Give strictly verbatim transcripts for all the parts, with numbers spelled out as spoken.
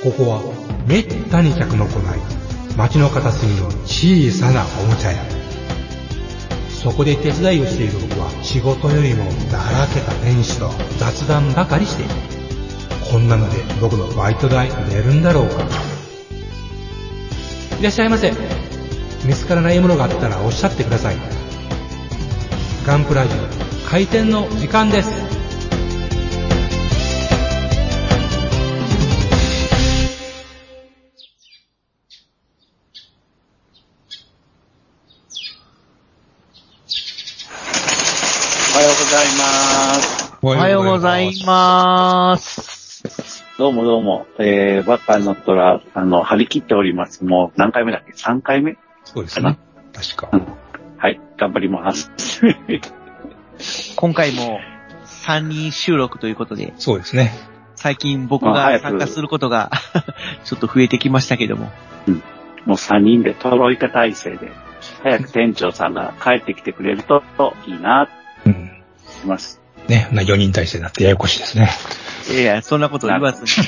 ここはめったに客の来ない街の片隅の小さなおもちゃ屋。そこで手伝いをしている僕は仕事よりもだらけた店主と雑談ばかりしている。こんなので僕のバイト代出るんだろうか。いらっしゃいませ。見つからないものがあったらおっしゃってください。ガンプラジオ開店の時間です。 おはようございます。 おはようございます。 どうもどうも、えー、バカの虎、あの、張り切っております。もう何回目だっけ ?さん 回目そうですね。確か、 うん。はい、頑張ります。 今回もさんにん収録ということで。 そうですね。 最近僕が参加することがちょっと増えてきましたけども。 うん。もうさんにんでトロイカ体制で、早く店長さんが帰ってきてくれるといいな、うん。います。 ね、よにん体制になってややこしいですね。 いや、そんなこと言わずに。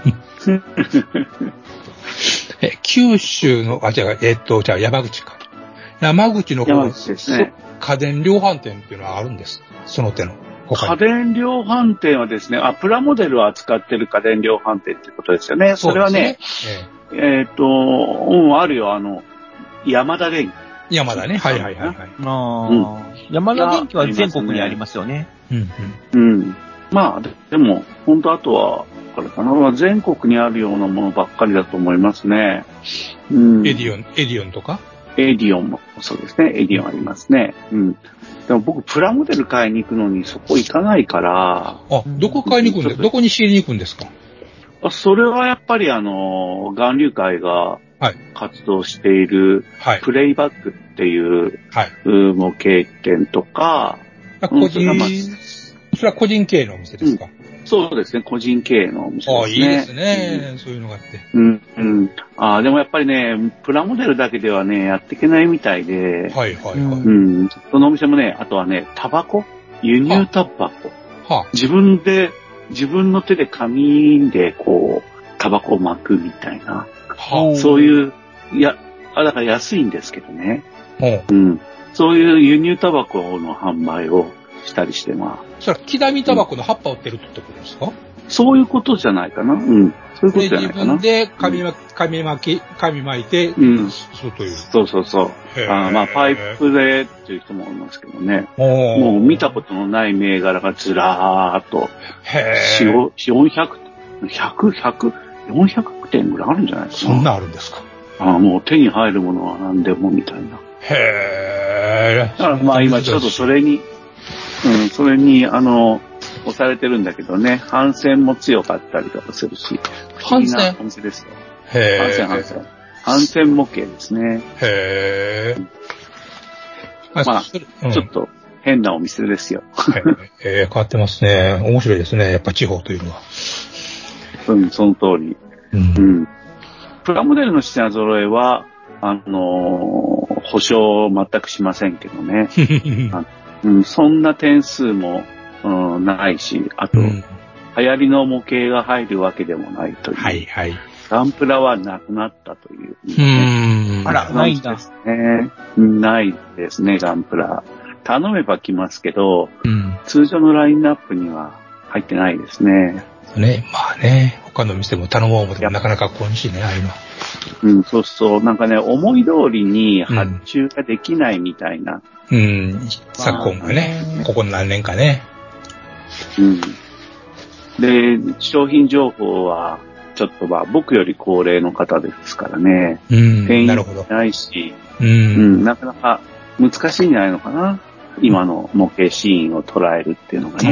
え、九州の、あ、じゃあ、えっと、じゃあ山口か。山口の方ですね。 家電量販店っていうのはあるんです。その手の。 家電量販店はですね、あ、プラモデルを扱ってる家電量販店ってことですよね。それはね、えー、えー、っと、うん、あるよ、あの、山田電機。 山田ね。はいはいはい、はい。 あうん、山田電機は全国にありますよね。 うんうん。うん。まあ、で, でも、本当あとは、あれかな、全国にあるようなものばっかりだと思いますね。 うん。エディオン、エディオンとかエディオンもそうですね。エディオンありますね。うん。でも僕、プラモデル買いに行くのにそこ行かないから。 あ、どこ買いに行くんですか？どこに仕入れに行くんですか？ あ、それはやっぱりあの、岩流会が活動している、はい、プレイバックっていう、はい、模型店とか、 個人、うん、それは個人経営のお店ですか？ うん、そうですね、個人経営のお店ですね。 ああ、いいですね、うん、そういうのがあって。 うん、うん。ああ、でもやっぱりね、プラモデルだけではね、やっていけないみたいで、 はいはいはい。 うん。そのお店もね、あとはね、タバコ輸入タバコ。はあ、自分で、自分の手で紙でこう、タバコを巻くみたいな。はあ、そういう、いや、あ、だから安いんですけどね。はあ、うん。そういう輸入タバコの販売をしたりしてます。 それは、木ダミタバコの葉っぱを売ってるってことですか？うん、 そういうことじゃないかな。うん。そういうことじゃないかな。 自分で紙巻き、紙巻き、紙巻いて、 うん。 そうという。 そうそうそう。あまあ、パイプでっていう人もいますけどね。もう見たことのない銘柄がずらーっと、よんひゃく、ひゃく、ひゃく、よんひゃくてんぐらいあるんじゃないですか。 そんなあるんですか。 あもう手に入るものは何でもみたいな。 へー。 だからまあ今ちょっとそれに、うん、それに、あの、押されてるんだけどね、反戦も強かったりとかするし、 反戦お店ですよ。 へー。 反戦、反戦。反戦模型ですね。 へー。 まあ、うん、ちょっと変なお店ですよ。 へー、変わってますね。面白いですね。やっぱ地方というのは。 うん、その通り。うん。うん、プラモデルの品揃えは、あのー、保証全くしませんけどね。うん、そんな点数も、うん、ないし、あと、うん、流行りの模型が入るわけでもないという。 はいはい。 ガンプラはなくなったという、 ね。 うん。あら、ないんだ。 ね。ないですね、ガンプラ。頼めば来ますけど、うん、通常のラインナップには入ってないですね。 ね、まあね、他の店も頼もう思ってもなかなか来んしね、ああいうの。 うん、そうそう。なんかね、思い通りに発注ができないみたいな。 うん、うん、昨今がね、まあ、ここ何年かね。 うん。で、商品情報は、ちょっとまあ、僕より高齢の方ですからね。 うん、 店員なるほど。 ないし、 うん、 うん、なかなか難しいんじゃないのかな。今の模型シーンを捉えるっていうのがね。 うん、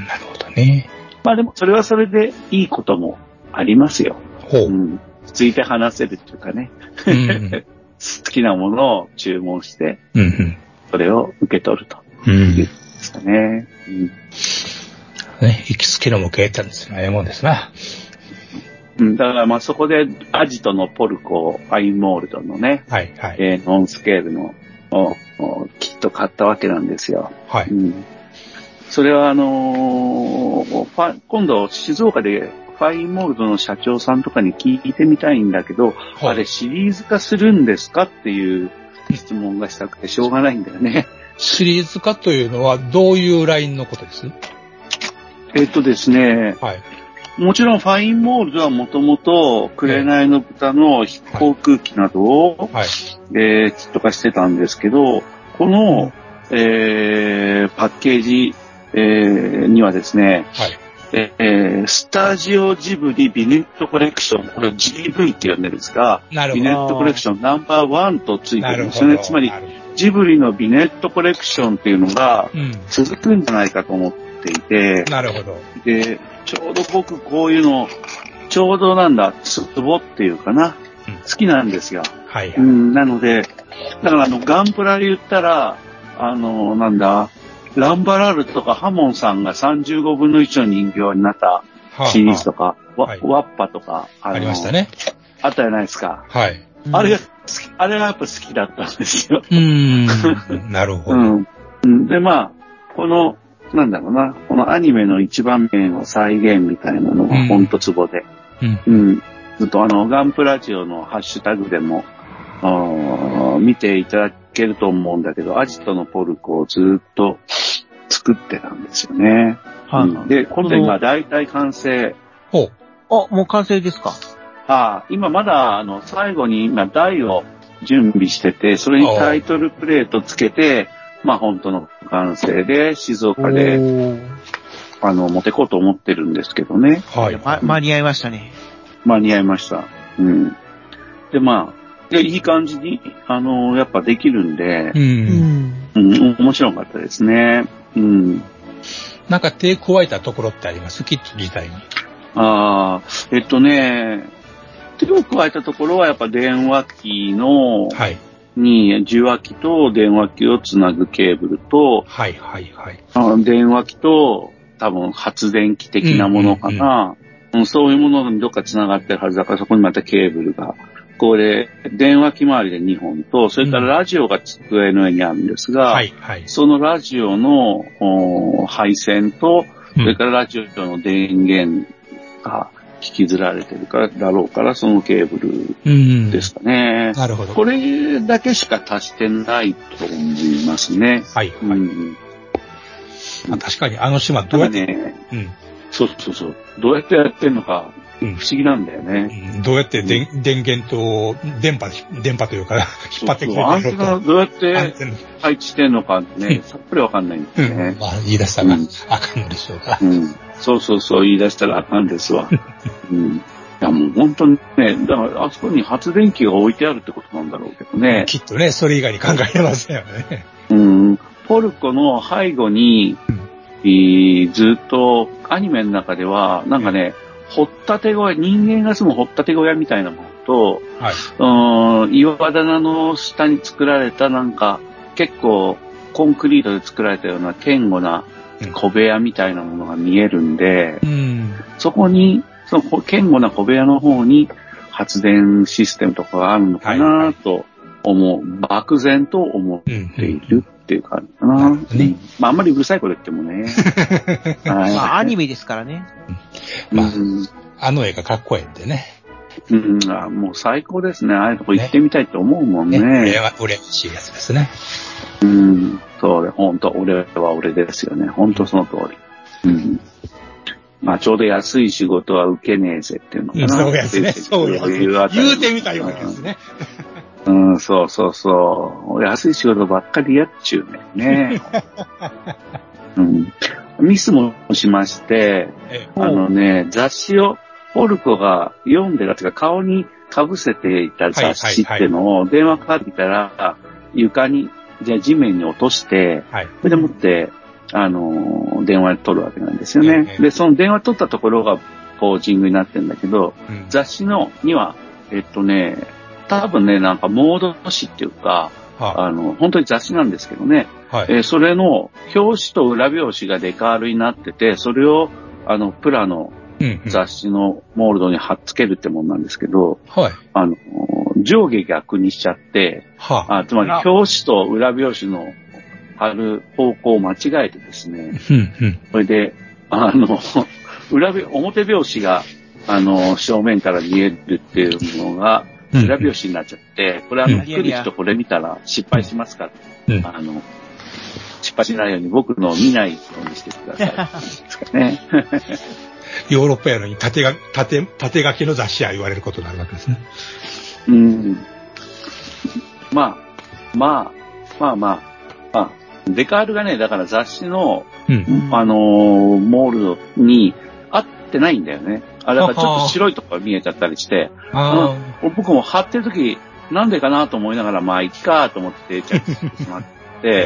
なるほどね。 まあでも、それはそれでいいこともありますよ。 ほう。 うん。ついて話せるっていうかね。うん、好きなものを注文して、 うんうん、 それを受け取るというですかね。うん。 ね、行きつけの模型ってんですよ。ああいうもんですな。 うん、だからまあそこでアジトのポルコ、アイモールドのね、 はいはい、 えー、ノンスケールのキット買ったわけなんですよ。 はい。 うん、それはあのー、今度静岡でフファインモールドの社長さんとかに聞いてみたいんだけど、はい、あれシリーズ化するんですかっていう質問がしたくてしょうがないんだよね。 シリーズ化というのはどういうラインのことです？ えっとですね、はい、もちろんファインモールドはもともと紅の豚の航空機などを、はいはい、えー、キット化してたんですけど、この、えー、パッケージ、えー、にはですね、はいえー、スタジオジブリビネットコレクション、これ ジーブイ って呼んでるんですが、ビネットコレクションナンバーワンとついてるんですよね。つまり、ジブリのビネットコレクションっていうのが続くんじゃないかと思っていて、 なるほど。 で、ちょうど僕こういうの、ちょうどなんだ、ツボっていうかな、うん、好きなんですよ。 はい、はい。 うん、なので、だからあの、ガンプラで言ったら、あの、なんだ、ランバラルとかハモンさんがさんじゅうごぶんのいちの人形になったシリーズとか、はあはあ、ワ, ワッパとかあ、ありましたね。 あったじゃないですか。 はい。 あれが好き、あれがやっぱ好きだったんですよ。 うーん。なるほど。 うん。で、まあ、この、なんだろうな、このアニメの一番面を再現みたいなのがほんとツボで。うん。うん。ずっとあの、ガンプラジオのハッシュタグでも、見ていただけると思うんだけど、アジトのポルコをずっと作ってたんですよね。はい、うん。で、今度今大体完成。 ほう。あ、もう完成ですか？ はあ、今まだあの最後に今台を準備してて、それにタイトルプレートつけて、まあ本当の完成で静岡であの持ってこうと思ってるんですけどね。 はい。ま、間に合いましたね。 間に合いました。うん。でまあ。で、いい感じに、あのー、やっぱできるんで、うん、うん、面白かったですね。うん。 なんか手加えたところってあります？キット自体に。 ああ、えっとね、手を加えたところはやっぱ電話機の、はい。に、受話器と電話機をつなぐケーブルと、 はいはいはい。 あ電話機と多分発電機的なものかな。うんうんうん、そういうものにどっかつながってるはずだから、そこにまたケーブルが。これ、電話機周りでにほんと、それからラジオが机の上にあるんですが、うんはいはい、そのラジオの配線と、それからラジオの電源が引きずられてるからだろうから、そのケーブルですかね。 うん、なるほど。 これだけしか足してないと思いますね。 はい、はい。うんまあ、確かにあの島どうやって、 ねうん、そうそうそう。どうやってやってんのか。不思議なんだよね。 うん、どうやってで、うん、電源と電波、電波というか、引っ張ってきてるのか。 アンテナどうやって配置してんのかね、さっぱりわかんないんですね。 うん、まあ、言い出したらあかんのでしょうか。 うん。そうそうそう、言い出したらあかんですわ。うん。いや、もう本当にね、だからあそこに発電機が置いてあるってことなんだろうけどね。 きっとね、それ以外に考えれませんよね。 うん。ポルコの背後に、うん、ずっとアニメの中では、なんかね、うん掘ったて小屋、人間が住む掘ったて小屋みたいなものと、はい、うん岩棚の下に作られたなんか結構コンクリートで作られたような堅固な小部屋みたいなものが見えるんで、うん、そこに、その堅固な小部屋の方に発電システムとかがあるのかなと思う、はいはい、漠然と思っているっていう感じかな。うんうんねまああんまりうるさいこと言ってもね。 はい、まあアニメですからね。 まあ、うん、あの絵がかっこいいんでね。 うん、あもう最高ですね。ああいうとこ行ってみたいと思うもんね。 ねね嬉しいやつですね。 うん、そうで、本当俺は俺ですよね。本当その通り。うん。まあちょうど安い仕事は受けねえぜっていうのかな。 そうですね。そういう言うてみたようですね。 うん、そうそうそう。安い仕事ばっかりやっちゅうね。うん、ミスもしまして、あのね、雑誌を、ポルコが読んでたというか、顔に被せていた雑誌ってのを電話かかってきたら、床に、じゃあ地面に落として、はい、それでもって、あの、電話で取るわけなんですよね。で、その電話取ったところがポージングになってるんだけど、うん、雑誌のには、えっとね、多分ね、なんかモード誌っていうか、はあ、あの、本当に雑誌なんですけどね、はいえー、それの表紙と裏表紙がデカールになってて、それをあのプラの雑誌のモールドに貼っつけるってもんなんですけど、はい、あの上下逆にしちゃって、はあ、あつまり表紙と裏表紙の貼る方向を間違えてですね、うんうん、それであの裏表表紙があの、正面から見えるっていうのが、裏表紙になっちゃって、これあの、来る人これ見たら失敗しますから、うん、あの、失敗しないように僕のを見ないようにしてください。ですかね。 ヨーロッパやのに縦が、縦、縦書きの雑誌や言われることになるわけですね。 うん。まあ、まあ、まあまあ、まあ、デカールがね、だから雑誌の、うん、あのー、モールに合ってないんだよね。あれだからちょっと白いところが見えちゃったりして、ああ僕も貼ってる時なんでかなと思いながら、まあいっかと思って出ちゃってしまって、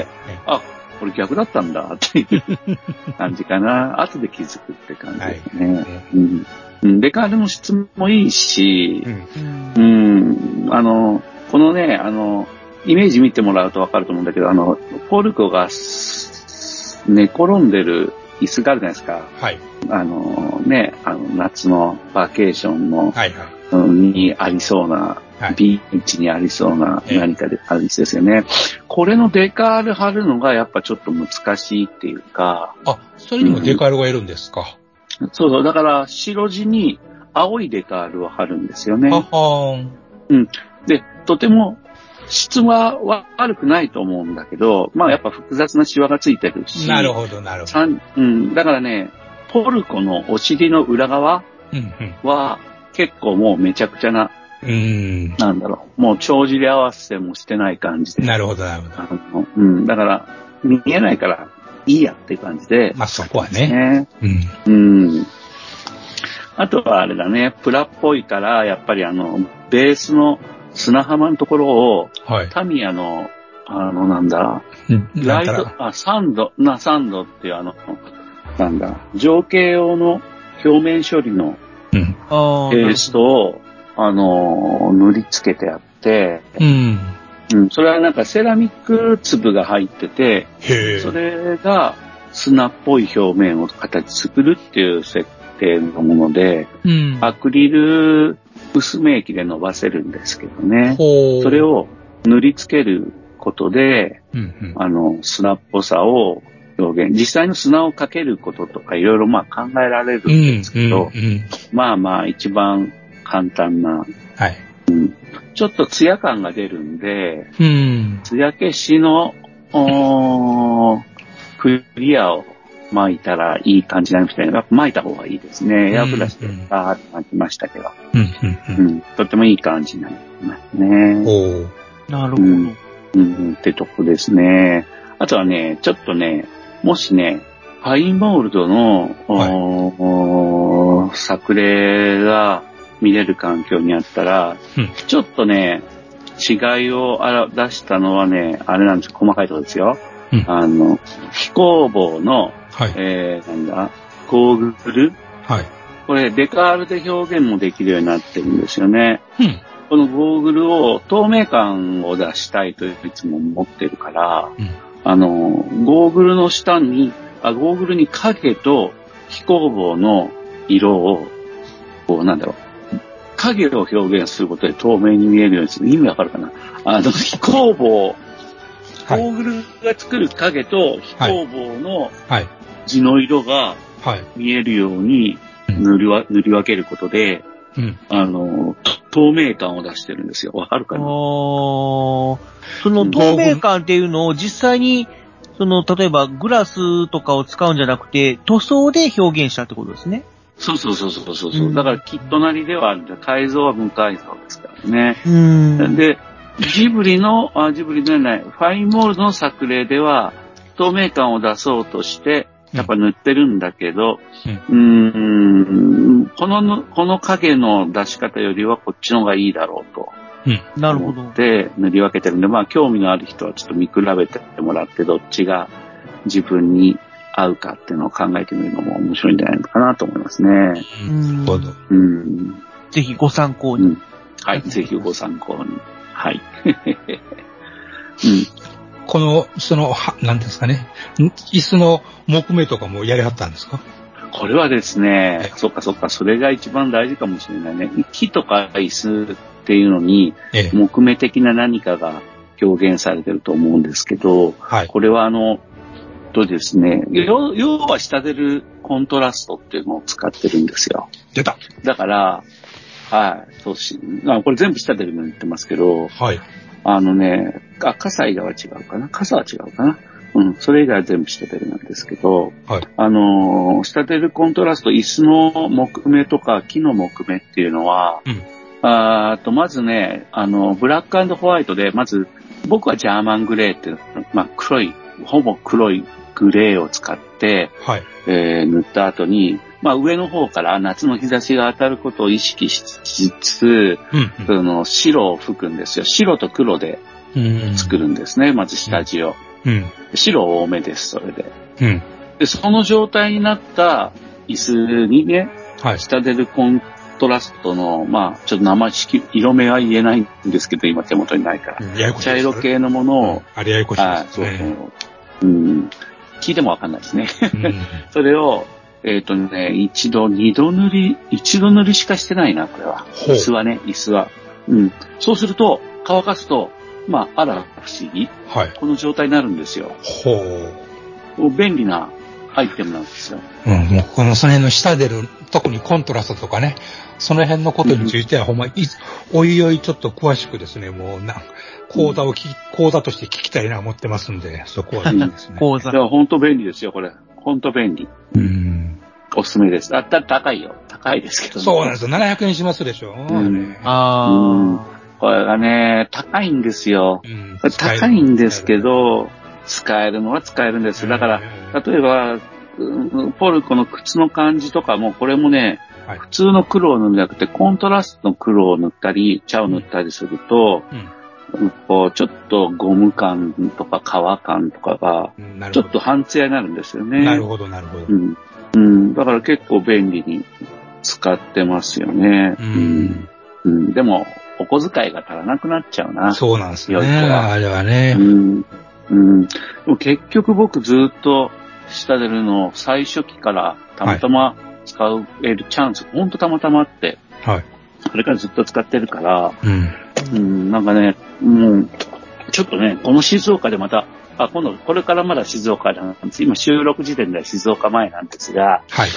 あ、これ逆だったんだっていう感じかな。後で気づくって感じですね。はいうん、デカールの質もいいし、うん、うん、あの、このね、あの、イメージ見てもらうとわかると思うんだけど、あの、ポルコが寝転んでる椅子があるじゃないですか。はい。あのね、あの夏のバケーションの、はいはい、にありそうな、はい、ビーチにありそうな何かである椅子ですよね。これのデカール貼るのがやっぱちょっと難しいっていうか。 あ、それにもデカールがいるんですか、 うん、そうそう。だから白地に青いデカールを貼るんですよね。ははうん。で、とても質は悪くないと思うんだけど、まあやっぱ複雑なシワがついてるし。 なるほど、なるほど。 うん。だからね、ポルコのお尻の裏側は結構もうめちゃくちゃな、うん、なんだろう、もう帳尻合わせもしてない感じで。 なるほど、なるほど。うん。だから見えないからいいやっていう感じで。 まあそこはね。 うん。うん。あとはあれだね、プラっぽいからやっぱりあの、ベースの砂浜のところを、はい、タミヤの、あの、なんだ、うん、ライト、あ、サンド、な、サンドっていうあの、なんだ、情景用の表面処理のペーストを、あの、塗り付けてあって、うん、うん、それはなんかセラミック粒が入ってて、それが砂っぽい表面を形作るっていう設定のもので、うん、アクリル薄め液で伸ばせるんですけどね。それを塗り付けることで、うんうん、あの、砂っぽさを表現。実際の砂をかけることとかいろいろまあ考えられるんですけど、うんうんうん、まあまあ一番簡単な、はいうん、ちょっとツヤ感が出るんで、うん、ツヤ消しのクリアを巻いたらいい感じになりましたね。巻いた方がいいですね。エアブラシでバーって巻きましたけど、うんうんうん、とってもいい感じになりますね。 おなるほど、 うんうん。ってとこですね。あとはね、ちょっとね、もしね、ファインモールドの、はい、作例が見れる環境にあったら、うん、ちょっとね、違いを出したのはね、あれなんですよ、細かいところですよ。うん、あの、非工房の、はい、えー、なんだ、ゴーグル、はい、これデカールで表現もできるようになってるんですよね。うん、このゴーグルを透明感を出したいといつも思ってるから、うん、あの、ゴーグルの下に、あ、ゴーグルに影と非工房の色を、こうなんだろう、影を表現することで透明に見えるようにする。意味わかるかな？あの、非工房、はい、ゴーグルが作る影と非工房の地の色が見えるように塗りわ、塗り分けることで、うん、あの、透明感を出してるんですよ。わかるかな？あその透明感っていうのを実際に、その、例えばグラスとかを使うんじゃなくて、塗装で表現したってことですね。 そうそうそうそうそう。うん、だからキットなりではあるんで、改造は無改造ですからね。うん、で、ジブリの、あ、ジブリではない、ファインモールドの作例では、透明感を出そうとして、やっぱ塗ってるんだけど、うん、うーんこの、この影の出し方よりはこっちの方がいいだろうと。うん、なるほど。で、塗り分けてるんで、まあ興味のある人はちょっと見比べてもらって、どっちが自分に合うかっていうのを考えてみるのも面白いんじゃないのかなと思いますね。うん。 うん、ぜひご参考に。うん、 はい、ぜひご参考に。はい。うん、 この、その、なんですかね、椅子の木目とかもやりはったんですか？ これはですね、そっかそっか、それが一番大事かもしれないね。木とか椅子っていうのに、木目的な何かが表現されてると思うんですけど、はい、これはあの、 とですね、要要は下出るコントラストっていうのを使ってるんですよ。 出た。 だから、はい、そうし、あ、これ全部下出るの言ってますけど、 はい。 あのね、あ、傘以外は違うかな。傘は違うかな。うん、それ以外は全部下出るなんですけど、はい、あのー、下出るコントラスト、椅子の木目とか木の木目っていうのは、うん、あとまずね、あの、ブラック&ホワイトで、まず、僕はジャーマングレーっていう、まあ、黒い、ほぼ黒いグレーを使って、はい、えー、塗った後に、まあ、上の方から夏の日差しが当たることを意識しつつ、うんうん、その白を吹くんですよ。白と黒で作るんですね、うん、まず下地を。うん、白多めです、それで。うん、で、その状態になった椅子にね、はい、下出るコントラストの、まあ、ちょっと生式、色目は言えないんですけど、今手元にないから。うん、ややこしいです、茶色系のものを、うん、 あれややこしいですね。 そうそう。うん、聞いてもわかんないですね。うん、それを、えっ、ー、とね、一度、二度塗り、一度塗りしかしてないな、これは。椅子はね、椅子は。うん。そうすると、乾かすと、まあ、あら不思議。はい。この状態になるんですよ。ほう。便利なアイテムなんですよ。 うん、もうこの、その辺の下出る、特にコントラストとかね、その辺のことについては、うん、ほんま、い、おいおいちょっと詳しくですね、もうな、講座をき、講座として聞きたいな思ってますんで、そこはね。 講座。いや、ほんと便利ですよ、これ。ほんと便利。うん。おすすめです。あったら高いよ。高いですけどね。 そうなんですよ。ななひゃくえんしますでしょ。うん、 ああ、うん。これがね、高いんですよ。うん、高いんですけど、使えるのは使えるんです。だから、例えば、ポルコの靴の感じとかも、これもね、はい、普通の黒を塗るんじゃなくて、コントラストの黒を塗ったり、茶を塗ったりすると、うん、こうちょっとゴム感とか革感とかが、ちょっと半艶になるんですよね。 なるほど、なるほど。 うんうん、だから結構便利に使ってますよね。うんうん、でも、お小遣いが足らなくなっちゃうな。 そうなんですよね。あれはね。 うんうん、でも結局僕ずっと下出るの最初期からたまたま使えるチャンス、はい、ほんとたまたまあって、はい、それからずっと使ってるから、うんうん、なんかね、もう、ちょっとね、この静岡でまた、あ、今度、これからまだ静岡なんです。今収録時点では静岡前なんですが、はい、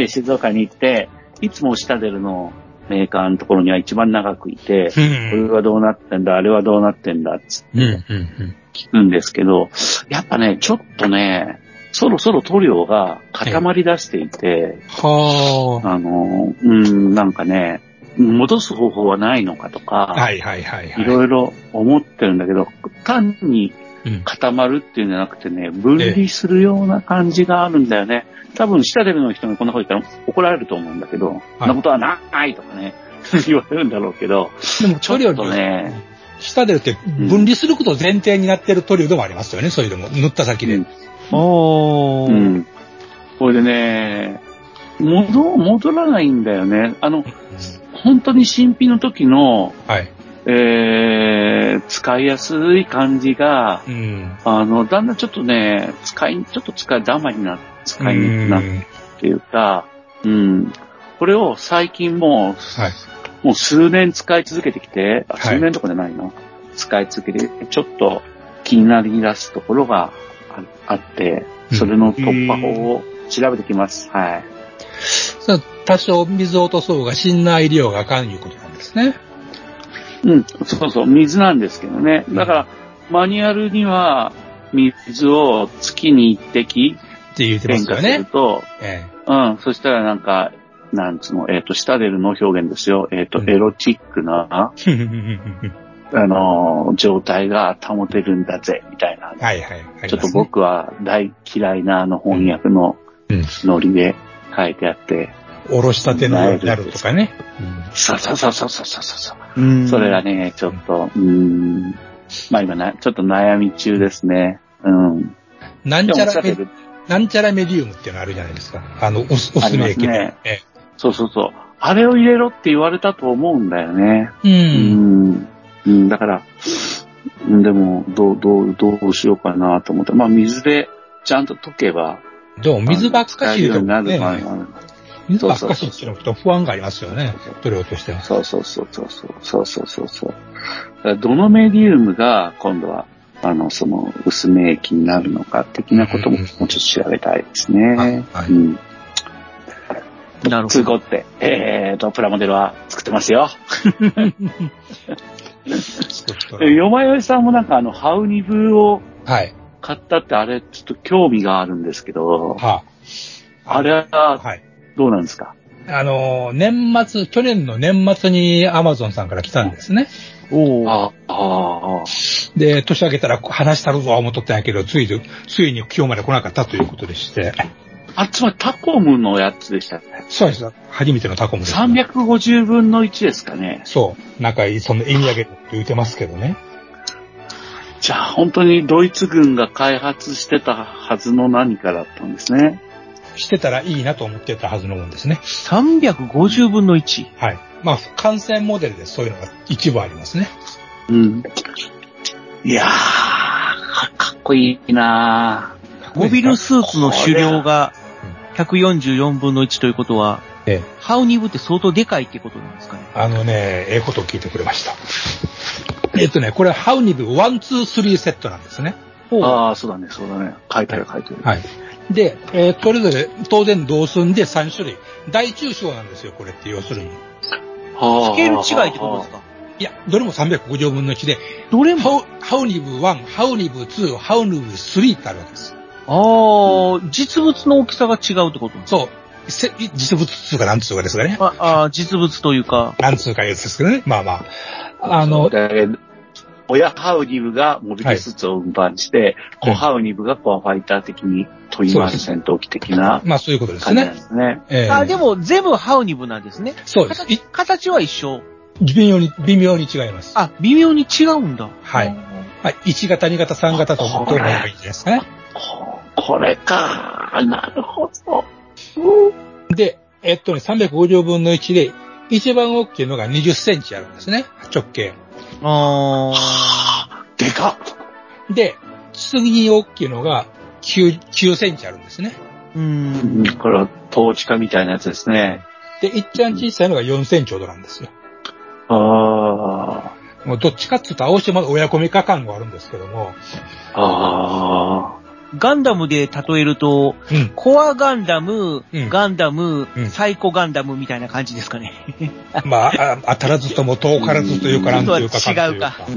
静岡に行って、いつも下出るのメーカーのところには一番長くいて、うんうん、これはどうなってんだ、あれはどうなってんだ、つって聞くんですけど、やっぱね、ちょっとね、そろそろ塗料が固まり出していて、はあ、あの、うん、なんかね、戻す方法はないのかとか、はいはいはいはい、いろいろ思ってるんだけど、単に固まるっていうんじゃなくてね、分離するような感じがあるんだよね。多分、下出るの人がこんなこと言ったら怒られると思うんだけど、はい、そんなことはないとかね、言われるんだろうけど、 でもちょっとね、下出るって分離することを前提になってる塗料でもありますよね、うん、そういうのも、塗った先で。うん、 おー。うん。これでね、戻、戻らないんだよね。あの、うん、本当に新品の時の、はい、えー、使いやすい感じが、うん、あの、だんだんちょっとね、使い、ちょっと使い、ダマにな、使いになっていうか、うん、うん、これを最近もう、はい、もう数年使い続けてきて、あ、数年とかじゃないの、はい、使い続けて、ちょっと気になり出すところが あ, あって、それの突破法を調べてきます。うん、はい。 多少水を落とそうが、シンナー入りようがあかんいうことなんですね。 うん、そうそう、水なんですけどね。だから、うん、マニュアルには、水を月に一滴、 って言ってますよね。 すると、ええ、うん、そしたらなんか、なんつうの、えっ、ー、と、下出るの表現ですよ。えっ、ー、と、うん、エロチックな、あの、状態が保てるんだぜ、みたいな。はいはい。ね、ちょっと僕は大嫌いなあの翻訳のノリで書いてあって、 おろしたてのようになるとかね。 そうそうそうそうそうそう。うんそれがね、ちょっと、うん、まあ今な、ちょっと悩み中ですね。うん。 なんちゃらメ、なんちゃらメディウムっていうのあるじゃないですか。あの、おす、おすすめ液ね。ええ、そうそうそう。あれを入れろって言われたと思うんだよね。うん。うんうん、だから、でも、どう、どう、どうしようかなと思って。まあ水でちゃんと溶けば。 どう水ばっかしとなる場合もある。 水ばっかしってのと不安がありますよね。塗料としては。 そうそうそうそうそう。そうそうそうそう。どのメディウムが今度は、 あの、その、薄め液になるのか、的なことももうちょっと調べたいですね。はい。うん。なるほど。通行って、えーと、プラモデルは作ってますよ。よまよいさんもなんかあの、ハウニブを買ったってあれ、ちょっと興味があるんですけど、はあ、あれは、どうなんですか？ あの、年末、去年の年末にアマゾンさんから来たんですね。おお。ああ。で、年明けたら話したるぞ思っとったんやけど、つい、ついに今日まで来なかったということでして。 あ、つまりタコムのやつでしたね。 そうです。初めてのタコムです、ね。 さんびゃくごじゅうぶんのいちですかね。 そう。なんか、その意味上げって言ってますけどね。 じゃあ、本当にドイツ軍が開発してたはずの何かだったんですね。 してたらいいなと思ってたはずのもんですね。 さんびゃくごじゅうぶんのいち。 はい。まあ、艦船モデルでそういうのが一部ありますね。 うん。いやー、かっこいいなー。モビルスーツの種量がひゃくよんじゅうよんぶんのいちということは、ええ、ハウニブって相当でかいってことなんですかね。 あのね、ええことを聞いてくれました。えっとね、これはハウニブいち、に、さんセットなんですね。 ああ、そうだね、そうだね。書いてある書いてある。 はい。で、えー、それぞれ当然同寸でさん種類。大中小なんですよ、これって要するに。 はあ、スケール違いってことですか？ いや、どれもさんびゃくごじゅうぶんのいちで、 どれもハウニブいち、ハウニブいち、ハウニブさんってあるわけです。 ああ、うん、実物の大きさが違うってこと？ そう。実物つうかなんつうかですかね。 ああ、実物というか。 なんつうかやつですけどね。まあまあ。あの、 親ハウニブがモビルスーツを運搬して、はい、子ハウニブがコアファイター的に問い回す戦闘機的な。 まあそういうことですね。 ですね。 えー、あ、でも全部ハウニブなんですね。 そうです。 形, 形は一緒。 微妙に、微妙に違います。 あ、微妙に違うんだ。 はい。はい。いち型、に型、さん型と思ってもらえばいいんじゃないですかね。 これか。なるほど。 で、えっとね、さんびゃくごじゅうぶんのいちで、一番大きいのがにじゅっセンチあるんですね。直径。 あー。でかっ。で、次に大きいのがきゅう、きゅうセンチあるんですね。 うーん。 これはトーチカみたいなやつですね。 で、一番小さいのがよんセンチほどなんですよ。 あー。 もうどっちかっていうと、青島の親子メカ感があるんですけども。 あー。 ガンダムで例えると、うん、コアガンダム、うん、ガンダム、うん、サイコガンダムみたいな感じですかね。 まあ、当たらずとも遠からずというかなんというか違うか。 うん、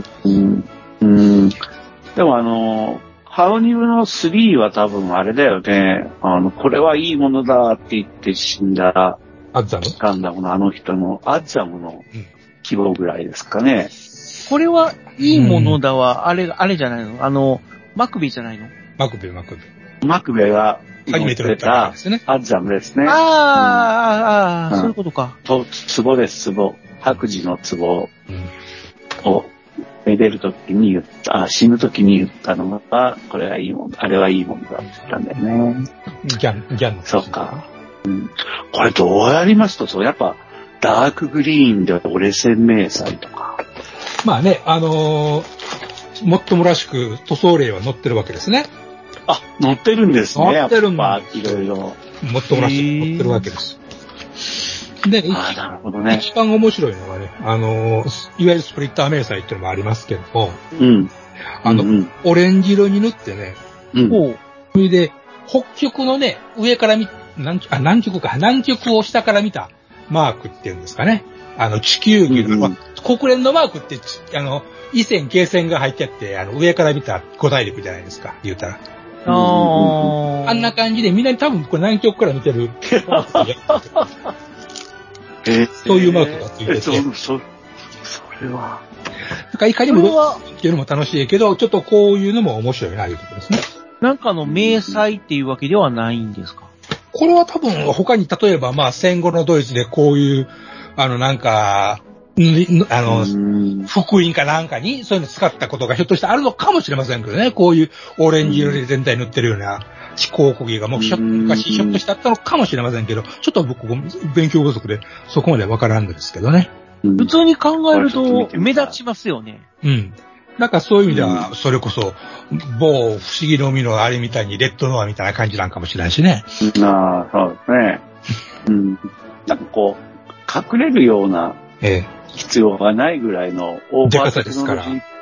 うん、うん。でもあの、ハウニブのスリーは多分あれだよね。あの、これはいいものだって言って死んだアッザムガンダムのあの人のアッザムの希望ぐらいですかね。 これはいいものだは、あれ、あれじゃないの？あの、マクベじゃないの？ マクベ、マクベ。マクベが初めて乗ったんですね。 アッザムですね。 ああ、ああ、うん、そういうことか。 と、壺です、壺。白磁の壺を、めでるときに言った、あ、死ぬときに言ったのが、これはいいもん、あれはいいもんだって言ったんだよね。 ギャン、ギャンの。 そうか。うん。これどうやりますと、そう、やっぱ、ダークグリーンで俺鮮明祭とか。 まあね、あのー、もっともらしく塗装例は載ってるわけですね。 あ、載ってるんですね。 載ってるんだ。 いろいろ。 もっともらしく載ってるわけです。で、 あ、なるほどね、 一番面白いのはね、あのー、いわゆるスプリッター迷彩っていうのもありますけども、 うん。 あの、うんうん、オレンジ色に塗ってね、 うん。 それで、北極のね、上から見、南極、あ、南極か、南極を下から見たマークっていうんですかね。あの、地球儀の、うんうん、国連のマークって、あの、緯線、経線が入ってあって、あの、上から見た五大陸じゃないですか、言うたら。 ああ。 あんな感じで、みんな多分これ南極から見てる。 えー、 そういうマークがついてて。えー、 そ、そ、それは。 なんかいかにも、っていうのも楽しいけど、ちょっとこういうのも面白いな、いうことですね。 なんかの迷彩っていうわけではないんですか？ これは多分他に例えばまあ戦後のドイツでこういう、あのなんか、あの、福音かなんかにそういうの使ったことがひょっとしてあるのかもしれませんけどね。こういうオレンジ色で全体塗ってるような飛行焦げがもうひょ昔ひょっとしてあったのかもしれませんけど、ちょっと僕勉強不足でそこまでわからんのですけどね。 普通に考えると目立ちますよね。 うん。なんかそういう意味では、それこそ、某不思議の海のあれみたいにレッドノアみたいな感じなんかもしれないしね。 ああ、そうですね。うん。なんかこう、隠れるような必要がないぐらいのオーバーテクノロジーっ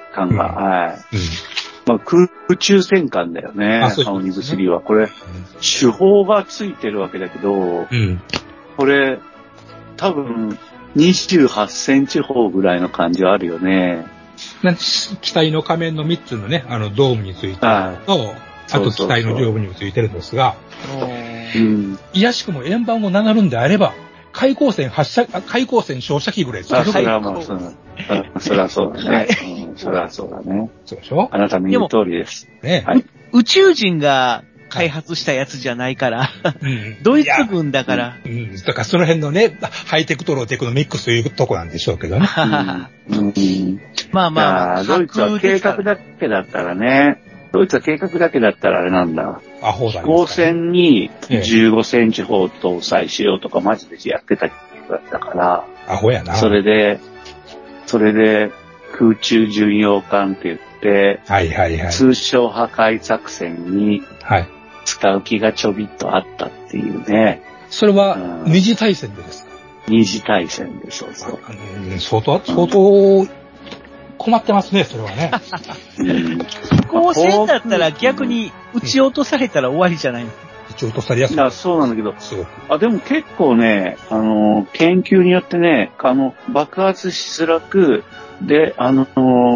艦が。 うん、 はい。 うん、 まあ、空中戦艦だよね。ハオニブスリーは。これ、うん、手法がついてるわけだけど、うん、これ、多分、にじゅうはちセンチ砲ぐらいの感じはあるよね。 機体の仮面のみっつのね、あの、ドームについてるのと、はい、あと機体の上部にもついてるんですが、うん、いやしくも円盤を名乗るんであれば、開口線発射、開口線照射機ぐらいです。あ、それはもう、そそれはそうだね。うん、それはそうだね。 そうでしょ？ あなたの言う通りです。 ね、はい、宇宙人が開発したやつじゃないから、うん、ドイツ軍だから。 うん、だからその辺のね、ハイテクとローテクのミックスというとこなんでしょうけどね。 うんうん、 まあまあ、 ドイツは計画だけだったらね、ドイツは計画だけだったらあれなんだ。 アホだね。 飛行船にじゅうごセンチ砲搭載しようとかマジでやってただったから。 アホやな。 それで、それで空中巡洋艦って言って、 はいはいはい。 通称破壊作戦に使う気がちょびっとあったっていうね。 それは二次大戦でですか？ 二次大戦で、そうそう。 うん、相当、相当困ってますね、それはね。 飛行船だったら逆に撃ち落とされたら終わりじゃないの？ 撃ち落とされやすい。いや、そうなんだけど、すごく。あ、でも結構ね、あの、研究によってね、あの、爆発しづらく、で、あの、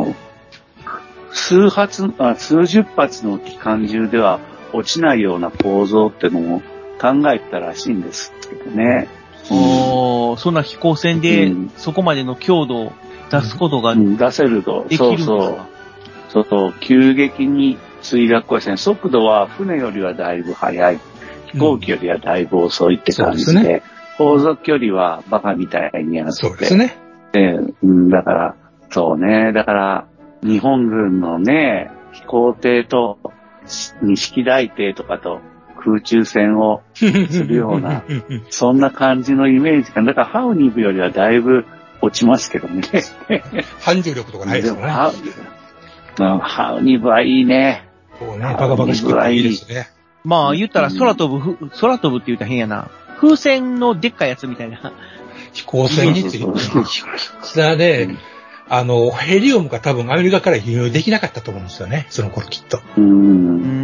数発、あ数十発の機関銃では落ちないような構造ってのも考えてたらしいんですけどね。 おー、そんな飛行船でそこまでの強度を出すことが、 うん、出せると。そうそう。そうそう。急激に墜落はですね、速度は船よりはだいぶ速い。飛行機よりはだいぶ遅いって感じで、うん、でね、航続距離はバカみたいにあって。 そうですね。 で、うん、だから、そうね。だから、日本軍のね、飛行艇と、錦大艇とかと空中戦をするような、そんな感じのイメージか。だから、ハウニブよりはだいぶ落ちますけどね。 反重力とかないですよね。ハウニブはいいね。 そうね、バカバカしくていいですね。 まあ、言ったら空飛ぶ、うん、空飛ぶって言ったら変やな。風船のでっかいやつみたいな。 飛行船について、それで、うん、あの、ヘリウムが多分アメリカから輸入できなかったと思うんですよね、その頃きっと。 うん、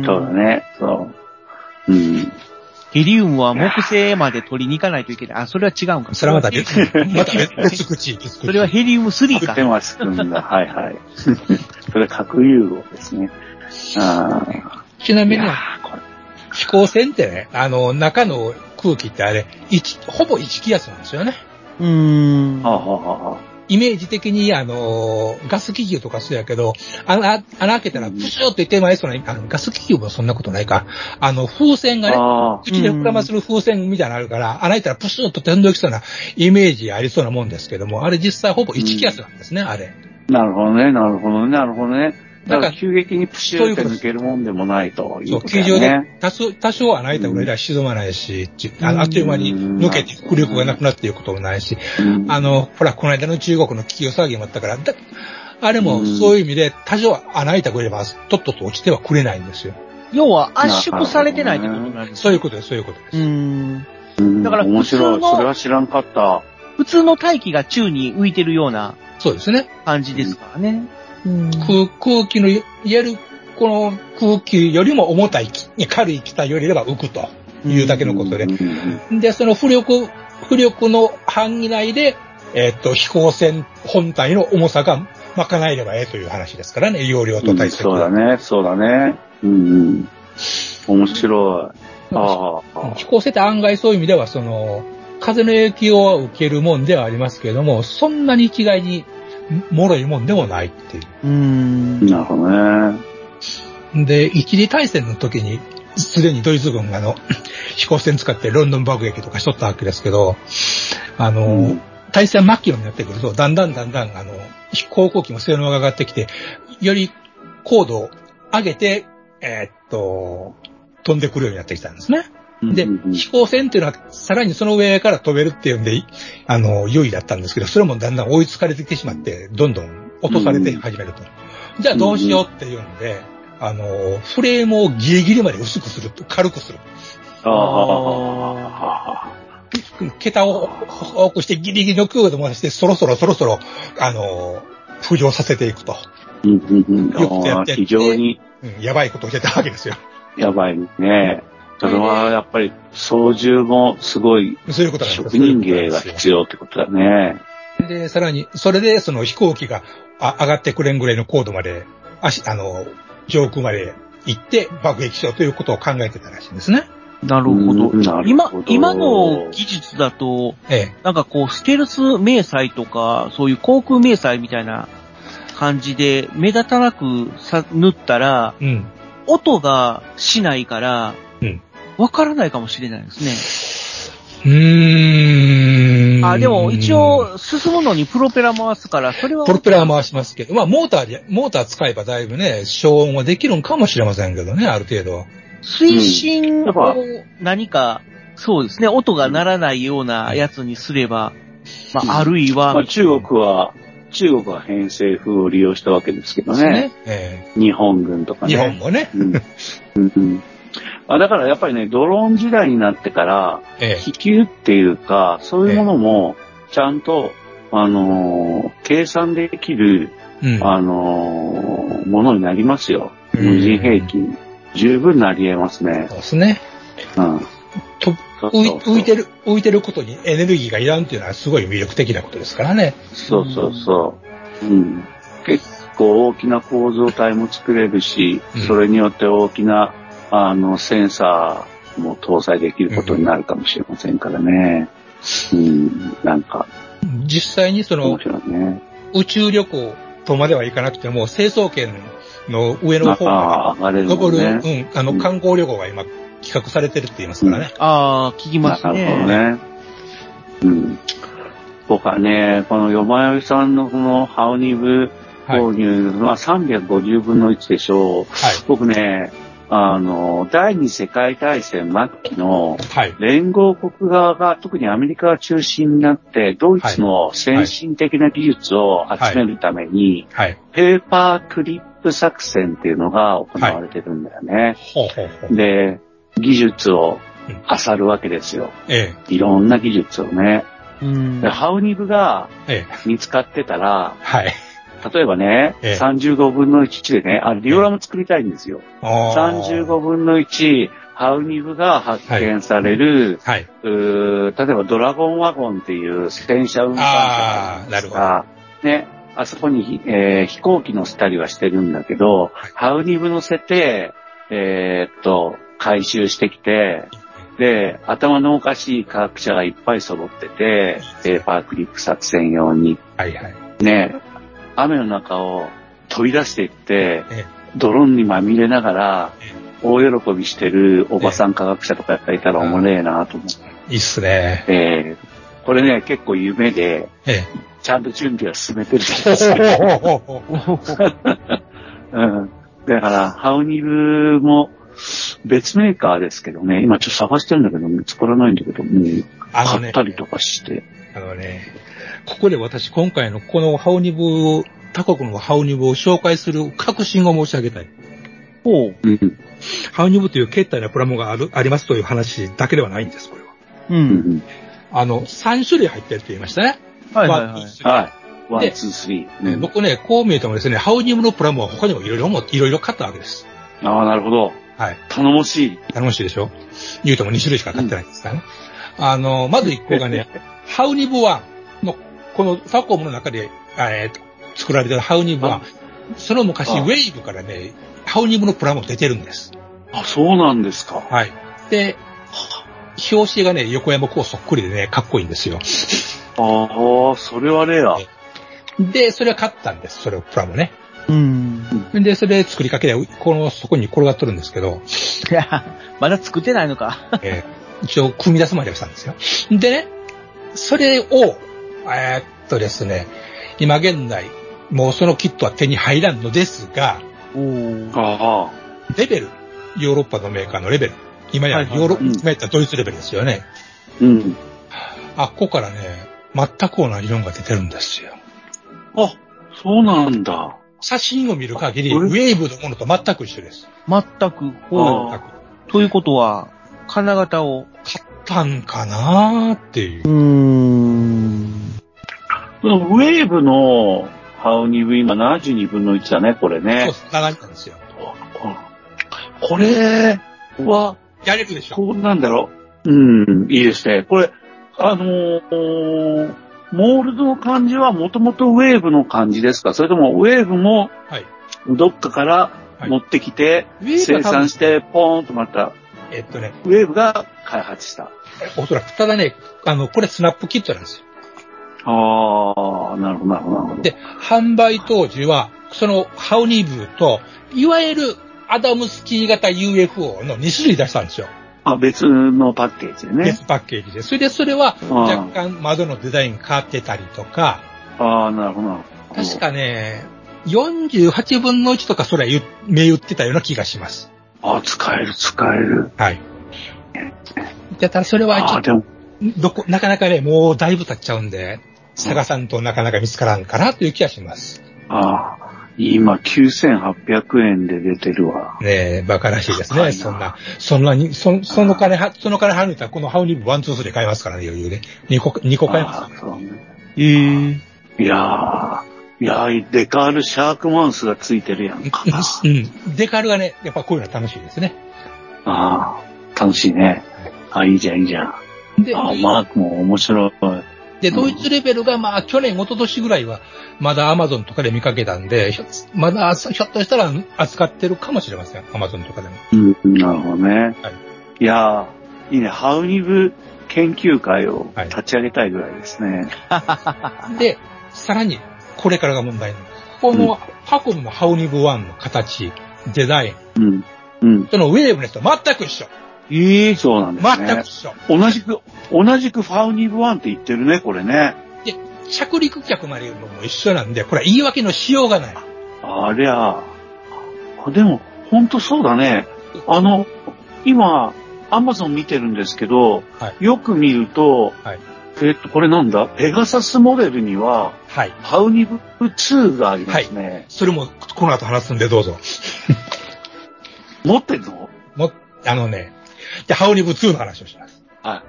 そうだね、そう。うん。 ヘリウムは木星まで取りに行かないといけない。あ、それは違うんか。 それはまた別、また別口、別口。 それはヘリウムスリーか。 作ってますんだ。はいはい。それは核融合ですね。あちなみに、飛行船ってね、あの、中の空気ってあれ、一、ほぼ一気圧なんですよね。 うーん。 はあはあはあ、 イメージ的に、あの、ガス気球とかそうやけど、穴、穴開けたらプシューって手前そうな、あの、ガス気球もそんなことないか。あの、風船がね、口で膨らまする風船みたいなのあるから、穴開いたらプシューと飛んできそうなイメージありそうなもんですけども、あれ実際ほぼ一気圧なんですね、あれ。 なるほどね、なるほどね、なるほどね。だから急激にプシューって抜けるもんでもないということだね。そう、形状で多少、多少穴開いたぐらいでは沈まないし、うん、あ, あっという間に抜けて浮力がなくなっていくこともないし、うん、あの、ほら、この間の中国の気球騒ぎもあったから、だあれもそういう意味で多少穴開いたぐらいはとっとと落ちてはくれないんですよ。 要は圧縮されてないってことになるんですか？ そういうことです、そういうことです。 うーん。だから面白い。それは知らんかった。 普通の大気が宙に浮いてるようなそうですね。 感じですからね。 うん、空, 空気の、いわゆるこの空気よりも重たい、軽い気体よりれば浮くというだけのことで。で、その浮力、浮力の範囲内で、えー、っと、飛行船本体の重さが賄えればええという話ですからね、容量と体積、 うん。そうだね、そうだね。うんうん。面白い。ああ。飛行船って案外そういう意味では、その、風の影響を受けるもんではありますけれども、そんなに一概に脆いもんでもないっていう。 うーん。 なるほどね。 で、一次大戦の時に、すでにドイツ軍があの、飛行船使ってロンドン爆撃とかしとったわけですけど、あの、うん、大戦末期になってくると、だんだんだんだん、あの、航空機も性能が上がってきて、より高度を上げて、えー、っと、飛んでくるようになってきたんですね。で、うんうんうん、飛行船っていうのはさらにその上から飛べるっていうんで、あの、優位だったんですけど、それもだんだん追いつかれてきてしまって、どんどん落とされて始めると。うん、じゃあどうしようっていうんで、あの、フレームをギリギリまで薄くする、軽くする。 ああ。 桁を多くしてギリギリの強度を回して、そろそろそろそろ、あの、 浮上させていくと。 うんうんうん。 よくやって非常に、 うん、やばいことをしてたわけですよ。 やばいね。それはやっぱり操縦もすごい職人芸が必要ってことだね。 で、さらに、それでその飛行機があ上がってくれんぐらいの高度まで、足、あの、上空まで行って爆撃しようということを考えてたらしいんですね。 なるほど。今、今の技術だと、ええ、なんかこう、ステルス迷彩とか、そういう航空迷彩みたいな感じで、目立たなくさ塗ったら、うん、音がしないから、うん、わからないかもしれないですね。 うーん。 あ、でも一応進むのにプロペラ回すから、それは。 プロペラ回しますけど、まあモーターで、モーター使えばだいぶね、消音はできるんかもしれませんけどね、ある程度。 推進を何か、そうですね、音が鳴らないようなやつにすれば、まああるいは。 まあ中国は、中国は偏西風を利用したわけですけどね。ねえー、日本軍とかね。 日本もね。うんうんあだからやっぱりね、ドローン時代になってから、気球っていうか、そういうものも、ちゃんと、あのー、計算できる、うん、あのー、ものになりますよ。無人兵器。十分なり得ますね。 そうですね。 うん。 と浮いてる、浮いてることにエネルギーがいらんっていうのはすごい魅力的なことですからね。 そうそうそう。うん。結構大きな構造体も作れるし、うん、それによって大きな、あの、センサーも搭載できることになるかもしれませんからね。うん、うん、なんか。 実際にその、ね、宇宙旅行とまではいかなくても、成層圏の上の方まで登る、ね、うん、あの、観光旅行が今企画されてるって言いますからね。 うん、ああ、聞きますね。 なるほどね。うん。僕はね、このよまよいさんのこのハオニブ購入はさんびゃくごじゅうぶんのいちでしょう。はい、僕ね、あの、第二次世界大戦末期の連合国側が、特にアメリカが中心になって、ドイツの先進的な技術を集めるために、ペーパークリップ作戦っていうのが行われてるんだよね。で、技術を漁るわけですよ。いろんな技術をね。でハウニブが見つかってたら、例えばね、ええ、さんじゅうごぶんのいちでね、あ、リオラも作りたいんですよ。さんじゅうごぶんのいち、ハウニブが発見される、はいはい、う例えばドラゴンワゴンっていう戦車運搬車があるんですが、ね、あそこに、えー、飛行機乗せたりはしてるんだけど、はい、ハウニブ乗せて、えー、っと、回収してきて、で、頭のおかしい科学者がいっぱい揃ってて、ペーパークリップ作戦用に。はいはい、ね、雨の中を飛び出していって、泥にまみれながら、大喜びしてるおばさん科学者とかやったらいたらおもれえなと思って。 いいっすね。 えー、これね、結構夢で、ちゃんと準備は進めてるんですよ。うん、だから、ハウニブも別メーカーですけどね、今ちょっと探してるんだけど、見つからないんだけど、もう買ったりとかして。 あのね、ここで私今回のこのハウニブを、他国のハウニブを紹介する確信を申し上げたい。 ほう。うん、 ハウニブという決体なプラモがある、ありますという話だけではないんです、これは。 うん。 あの、さんしゅるい入ってるって言いましたね。 はいはいはい。はい。ワン、ツー、スリー。 ね、僕ね、こう見えてもですね、ハウニブのプラモは他にもいろいろも、いろいろ買ったわけです。 ああ、なるほど。 はい。 頼もしい。 頼もしいでしょ。言うてもにしゅるいしか買ってないんですからね。うん、あの、まずいっこがね、ハウニブワンの、このタコムの中で、えー、作られてるハウニブは、その昔、ウェイブからね、ハウニブのプラモ出てるんです。 あ、そうなんですか。 はい。で、表紙がね、横山こうそっくりでね、かっこいいんですよ。 ああ、それはレア。 で、それは買ったんです、それをプラモね。 うん。 で、それで作りかけで、この、そこに転がっとるんですけど。 いや、まだ作ってないのか。 えー、一応、組み出すまではしたんですよ。でね、それを、えー、っとですね、今現在、もうそのキットは手に入らんのですが、 おあレベル、ヨーロッパのメーカーのレベル、今やヨーロッパ、今やったらドイツレベルですよね。 うん。 あ、ここからね、全く同じのが出てるんですよ。 あ、そうなんだ。 写真を見る限り、ウェーブのものと全く一緒です。 全く。 全く。 ということは、金型を買ったんかなーっていう。 うーん。 ウェーブの、 ハウニブ今ななじゅうにぶんのいちだね、これね。 そうです、ななじゅうなんですよ。 これは、 やれるでしょ。 こうなんだろう。うん、いいですね。これ、あのー、モールドの感じはもともとウェーブの感じですか？それともウェーブも、どっかから持ってきて、はい、生産して、ポーンとまた、 えっとね、 ウェーブが開発した。 おそらく、ただね、あの、これスナップキットなんですよ。 ああ、なるほど、なるほど。 で、販売当時は、そのハウニブと、いわゆるアダムスキー型 ユーエフオー のに種類出したんですよ。 あ、別のパッケージでね。 別パッケージで。それで、それは若干窓のデザイン変わってたりとか。 ああ、なるほど。 確かね、よんじゅうはちぶんのいちとかそれは銘打ってたような気がします。 ああ、使える、使える。 はい。だからそれはちょっと、どこ、なかなかね、もうだいぶ経っちゃうんで、探さんとなかなか見つからんかなという気がします。 ああ。今、きゅうせんはっぴゃくえんで出てるわ。 ねえ、バカらしいですね。そんな、そんなに、そその金は、その金は抜いたらこのハウニブいち、に、さんで買えますからね、余裕で。にこ、にこ買えます。 あそうね。 えー、 いやー、いやー、デカールシャークマウスがついてるやんか。 うん。デカールがね、やっぱこういうの楽しいですね。 ああ、楽しいね。あ、いいじゃん、いいじゃん。で、あ、マークも面白い。 で、ドイツレベルが、まあ、去年、一昨年ぐらいは、まだアマゾンとかで見かけたんで、まだ、ひょっとしたら扱ってるかもしれません。アマゾンとかでも。 うん、なるほどね。はい。いやー、いいね。ハウニブ研究会を立ち上げたいぐらいですね。 はい、で、さらに、これからが問題なんです。この、ハコムのハウニブいちの形、デザイン。うん。うん。 そのウェーブの人全く一緒。 ええー、そうなんですね。 全く一緒。 同じく、同じくファウニブいちって言ってるね、これね。 で、着陸客まで言うのも一緒なんで、これは言い訳のしようがない。 ありゃあ。でも、ほんとそうだね。あの、今、アマゾン見てるんですけど、はい、よく見ると、はい、えっと、これなんだ？ペガサスモデルには、はい、ハウニブにがありますね。はい、 それも、この後話すんでどうぞ。 持ってんの？ も、あのね、で、ハウニブにの話をします。 はい。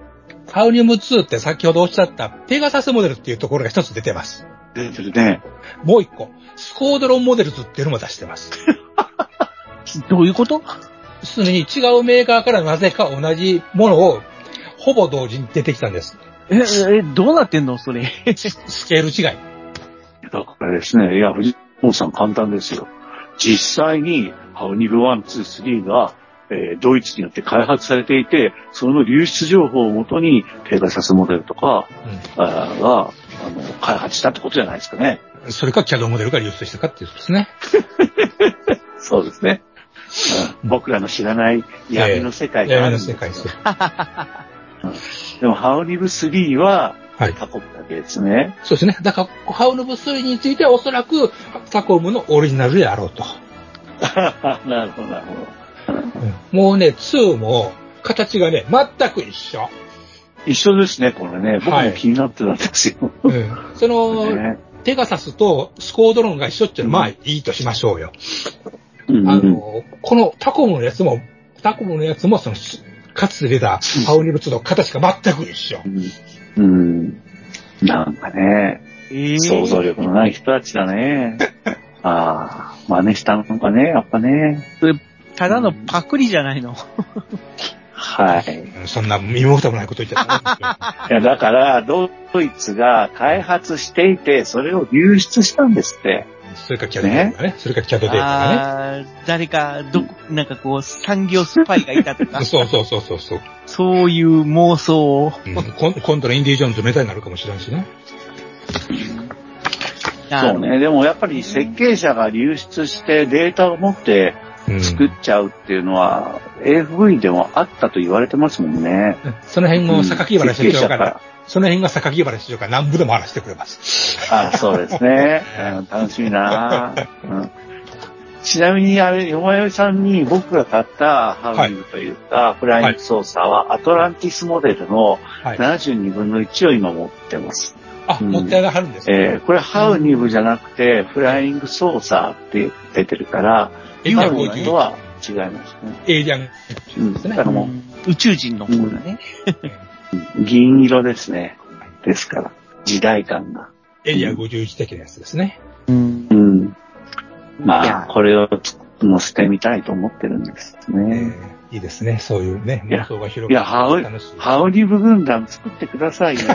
ハウニブにって先ほどおっしゃったペガサスモデルっていうところが一つ出てます。 出てるね。 もう一個、スコードロンモデルズっていうのも出してます。 どういうこと？ すでに違うメーカーからなぜか同じものをほぼ同時に出てきたんです。 え、え、どうなってんのそれ。 スケール違い。 だからですね、いや、藤本さん簡単ですよ。実際にハウニブいち、に、さんがえー、ドイツによって開発されていて、その流出情報をもとにペガサスモデルとか、うん、あがあの開発したってことじゃないですかね。 それかキャドモデルが流出したかっていうことですね。 そうですね、うん。僕らの知らない闇の世界があるんですよ。闇の世界ですよ。でもハウニブさんはタコムだけですね、はい。 そうですね。だからハウニブさんについてはおそらくタコムのオリジナルであろうと。 なるほど、なるほど。 うん、もうね、にも形がね、全く一緒。 一緒ですね、これね。僕も気になってたんですよ。 はい、うん、その、ね、ペガサスとスコードロンが一緒っていうのは、まあいいとしましょうよ。うん、あの、このタコムのやつも、タコムのやつも、その、かつて出たハウニブにの形が全く一緒。 うん。うん、なんかね、えー、想像力のない人たちだね。ああ、真似したのかね、やっぱね。 ただのパクリじゃないの。 はい。 そんな身も蓋もないこと言っちゃった。 いや、だから、ドイツが開発していて、それを流出したんですって。 それかキャドデータがね。それかキャドデータがね。 あ誰か、ど、なんかこう、産業スパイがいたとか。 そうそうそうそうそう。 そういう妄想を、 うん、今度のインディ・ジョーンズのネタになるかもしれないしね。 そうね。でもやっぱり設計者が流出してデータを持って作っちゃうっていうのは、うん、エーエフブイ でもあったと言われてますもんね。 その辺も榊原社長から、うん、その辺は榊原社長から何部でも話してくれます。 あそうですね。うん、楽しみな、うん。ちなみにあれ、よまよいさんに僕が買ったハウニブというか、はい、フライングソーサーはアトランティスモデルのななじゅうにぶんのいちを今持ってます。 あ、うん、持ってはるんですか、 えー、これハウニブじゃなくて、フライングソーサーって出てるから、今のとは違いますね。 エイリアンですね。だからもう宇宙人の方だね。 うん、銀色ですね。ですから、時代感が。 エエリアごじゅういち的なやつですね。 うん。うん。まあ、これを載せてみたいと思ってるんですね。 えー、いいですね。そういうね、 妄想が広がる。いや、ハウ、ハウリブ軍団作ってくださいよ。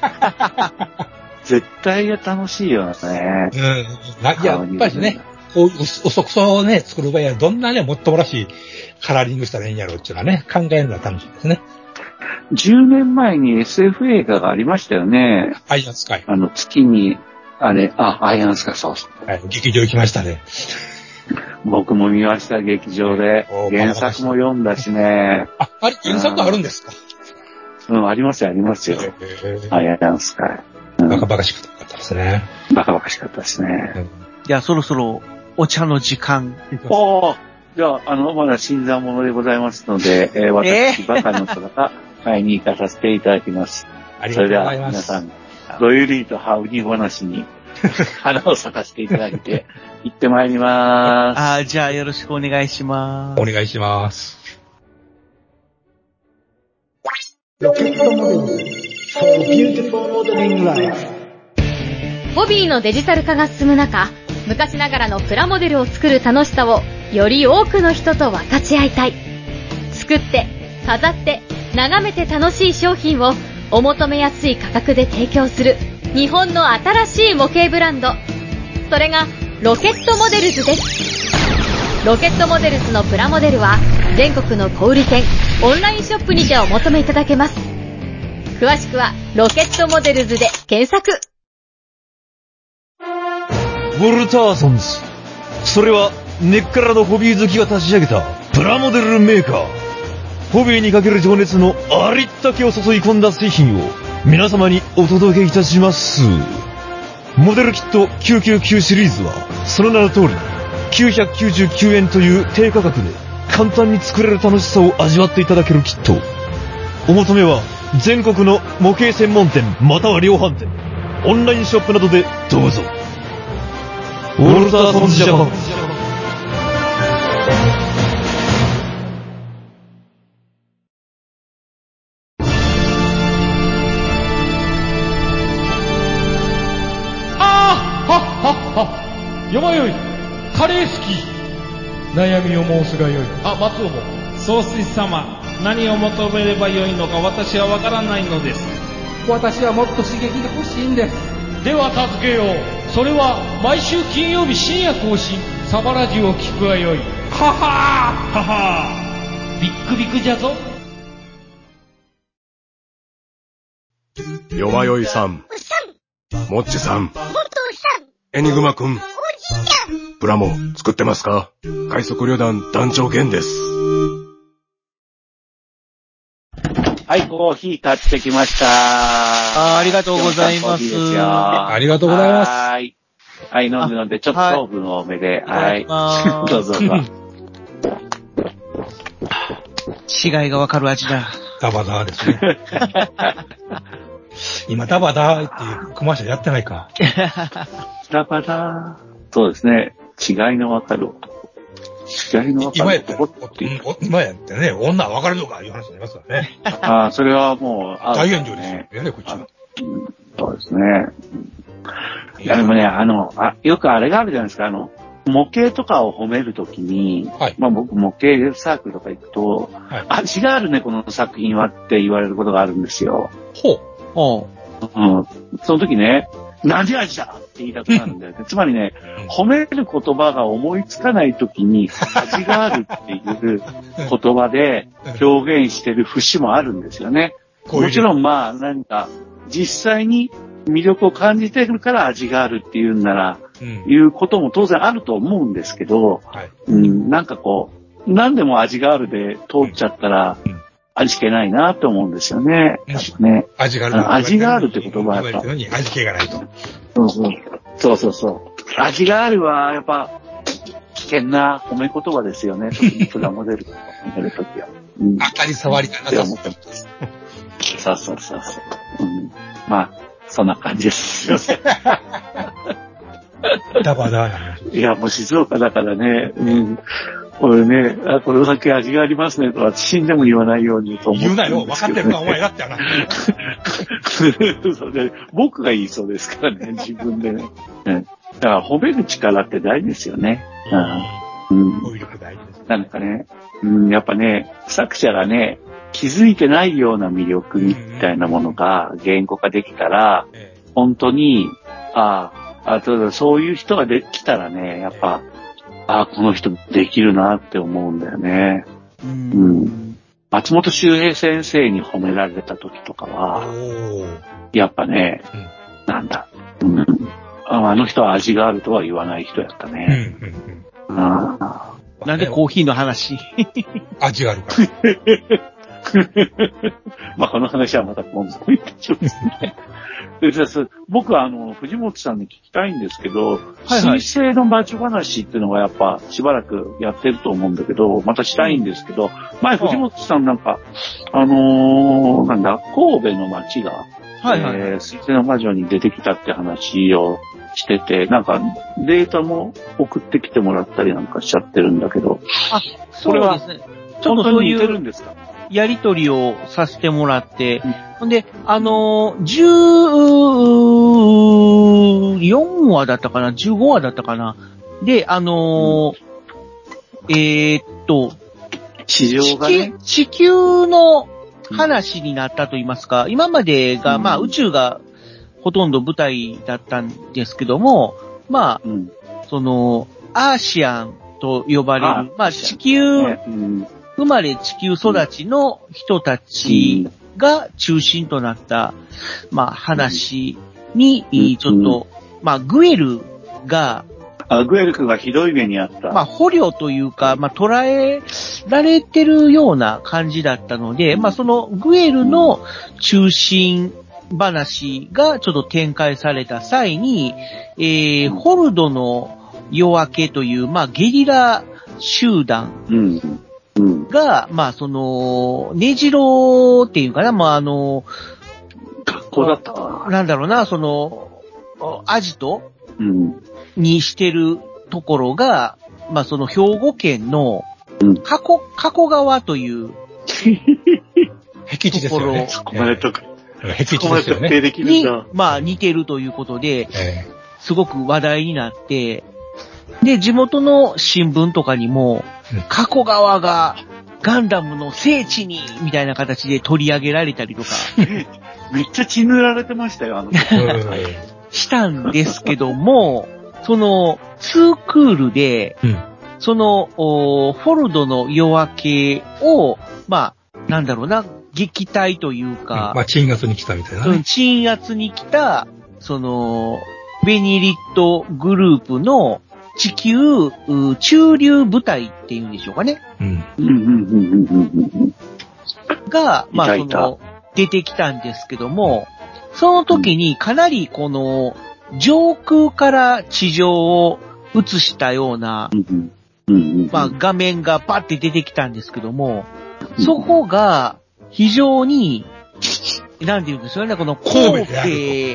絶対楽しいよね。 うん。やっぱりね、こういう遅くそうね、作る場合はどんなね、もっともらしいカラーリングしたらいいんやろうっていうのはね、考えるのは楽しいですね。 じゅうねんまえに エスエフ 映画がありましたよね。 アイアンスカイ。 あの、月に、あれ、あ、アイアンスカイ、そうそう。 はい、劇場行きましたね。 僕も見ました、劇場で。原作も読んだしね。 あ、あれ、原作あるんですか？ うん、ありますよ、ありますよ。アイアンスカイ。 うん、バカバカしかったですね。 バカバカしかったですね。 うん、じゃあ、そろそろ、お茶の時間。 おー、じゃあ、あの、まだ新参者でございますので、えー、私、えー、バカの人が買いに行かさせていただきます。 ありがとうございます。 それでは、皆さん、ごゆるりとハウリー話に、花を咲かせていただいて、行ってまいります。 ああ、じゃあよろしくお願いします。 お願いします。 ロケットモデル for beautiful modeling life。 ホビーのデジタル化が進む中、昔ながらのプラモデルを作る楽しさをより多くの人と分かち合いたい。作って、飾って、眺めて楽しい商品をお求めやすい価格で提供する日本の新しい模型ブランド。それがロケットモデルズです。ロケットモデルズのプラモデルは全国の小売店、オンラインショップにてお求めいただけます。詳しくはロケットモデルズで検索。 ウォルターソンズ。それは根っからのホビー好きが立ち上げたプラモデルメーカー。ホビーにかける情熱のありったけを注い込んだ製品を皆様にお届けいたします。モデルキットきゅうひゃくきゅうじゅうきゅうシリーズはその名の通りきゅうひゃくきゅうじゅうきゅうえんという低価格で簡単に作れる楽しさを味わっていただけるキット。お求めは全国の模型専門店または量販店、オンラインショップなどでどうぞ。ウォルターソンズジャパン。 よまよい、カレー好き。悩みを申すがよい。あ、松尾も。 総帥様、何を求めればよいのか私はわからないのです。 私はもっと刺激が欲しいんです。では助けよう。それは毎週金曜日深夜更新、サバラジュを聞くがよい。ははーははービックビックじゃぞ。 よまよいさん、もっちさん、エニグマくん、プラモ作ってますか？快速旅団団長源です。 はい、コーヒー買ってきました。 あ, ありがとうございます。 ありがとうございます。 はい。はい、飲んで飲んで、ちょっと糖分多めで。はい。はい、どうぞどうぞ。 違いがわかる味だ。 ダバダーですね。今、ダバダーっていうコマーシャルやってないか。 ダバダー。そうですね。違いのわかる男。違いのわかる男っていう。 今やってね、女はわかるのかいう話になりますからね。 ああ、それはもう、 大炎上ですよね、こっちは。 そうですね。いや、でもね、あの、あ、よくあれがあるじゃないですか、あの、模型とかを褒めるときに、はい、まあ僕模型サークルとか行くと、はい、味があるね、この作品はって言われることがあるんですよ。 ほう。ほう。うん。その時ね、何味だって言いたくなるんだよね。つまりね、褒める言葉が思いつかない時に味があるっていう言葉で表現してる節もあるんですよね。もちろんまあ何か実際に魅力を感じてるから味があるっていうんなら、うん、いうことも当然あると思うんですけど、はい、うん、なんかこう、何でも味があるで通っちゃったら、うん、味気ないなって思うんですよね。ね。 味がある。 味があるって言葉はやっぱ。 味気がないと。 そうそう。そうそうそう。味があるは、やっぱ、危険な褒め言葉ですよね。特にプラモデルを褒めるときは。 うん、当たり障りがなさそう。 そうそうそうそう。うん、まあ、そんな感じです。 ダバダー。 いや、もう静岡だからね、うん。 これね、あ、これだけ味がありますねとは死んでも言わないようにと思って、ね。 言うなよ、分かってるのはお前だって話。 そうで僕が言いそうですからね、自分でね。だから褒める力って大事ですよね。うん。 語彙力大事ですね。 なんかね、うん、やっぱね、作者がね、気づいてないような魅力みたいなものが言語化できたら、うん、本当に、ああ、そういう人ができたらね、やっぱ、ああ、この人できるなって思うんだよね。うん。うん、松本周平先生に褒められた時とかは、やっぱね、うん、なんだ、うん、あの人は味があるとは言わない人やったね。うんうんうん、 あなんでコーヒーの話味があるから。 まあこの話はまた今度言ってちょっとね。僕はあの、藤本さんに聞きたいんですけど、はいはい、水星の魔女話っていうのがやっぱしばらくやってると思うんだけど、またしたいんですけど、前藤本さんなんか、あのー、なんだ、神戸の街が、はいはい、えー、水星の魔女に出てきたって話をしてて、なんかデータも送ってきてもらったりなんかしちゃってるんだけど、 あ、そうですね。ちょっとそういう。似てるんですか？やりとりをさせてもらって、ほ、うんで、あのー、じゅうよんわだったかな ?じゅうごわだったかなで、あのーうん、えー、っと、 地上がね、 地球の話になったと言いますか、うん、今までが、まあ宇宙がほとんど舞台だったんですけども、まあ、うん、その、アーシアンと呼ばれる、まあ地球、ねうん生まれ地球育ちの人たちが中心となった、まあ話に、ちょっと、まあグエルが、 あ、グエル君がひどい目にあった。 まあ捕虜というか、まあ捉えられてるような感じだったので、まあそのグエルの中心話がちょっと展開された際に、えー、ホルドの夜明けという、まあゲリラ集団、うんが、まあ、その、ねじろっていうかな、まあ、あの、 学校だったかな。なんだろうな、その、アジト、うん、にしてるところが、まあ、その兵庫県の、加古、加古川という、 僻地ですよね。 そこまでとか。 僻地ですよね。 に、まあ、似てるということで、えー、すごく話題になって、で、地元の新聞とかにも、加古川がガンダムの聖地にみたいな形で取り上げられたりとか。 めっちゃ血塗られてましたよ、あの。 したんですけども、その、ツークールで、うん、その、フォルドの夜明けを、まあ、なんだろうな、撃退というか。 うん、まあ、鎮圧に来たみたいな、ね。 鎮圧に来た、その、ベニリットグループの、地球中流部隊っていうんでしょうかね。うん。が、まあその、出てきたんですけども、その時にかなりこの、上空から地上を映したような、まあ画面がパッて出てきたんですけども、そこが非常に、なんて言うんですよね、この神戸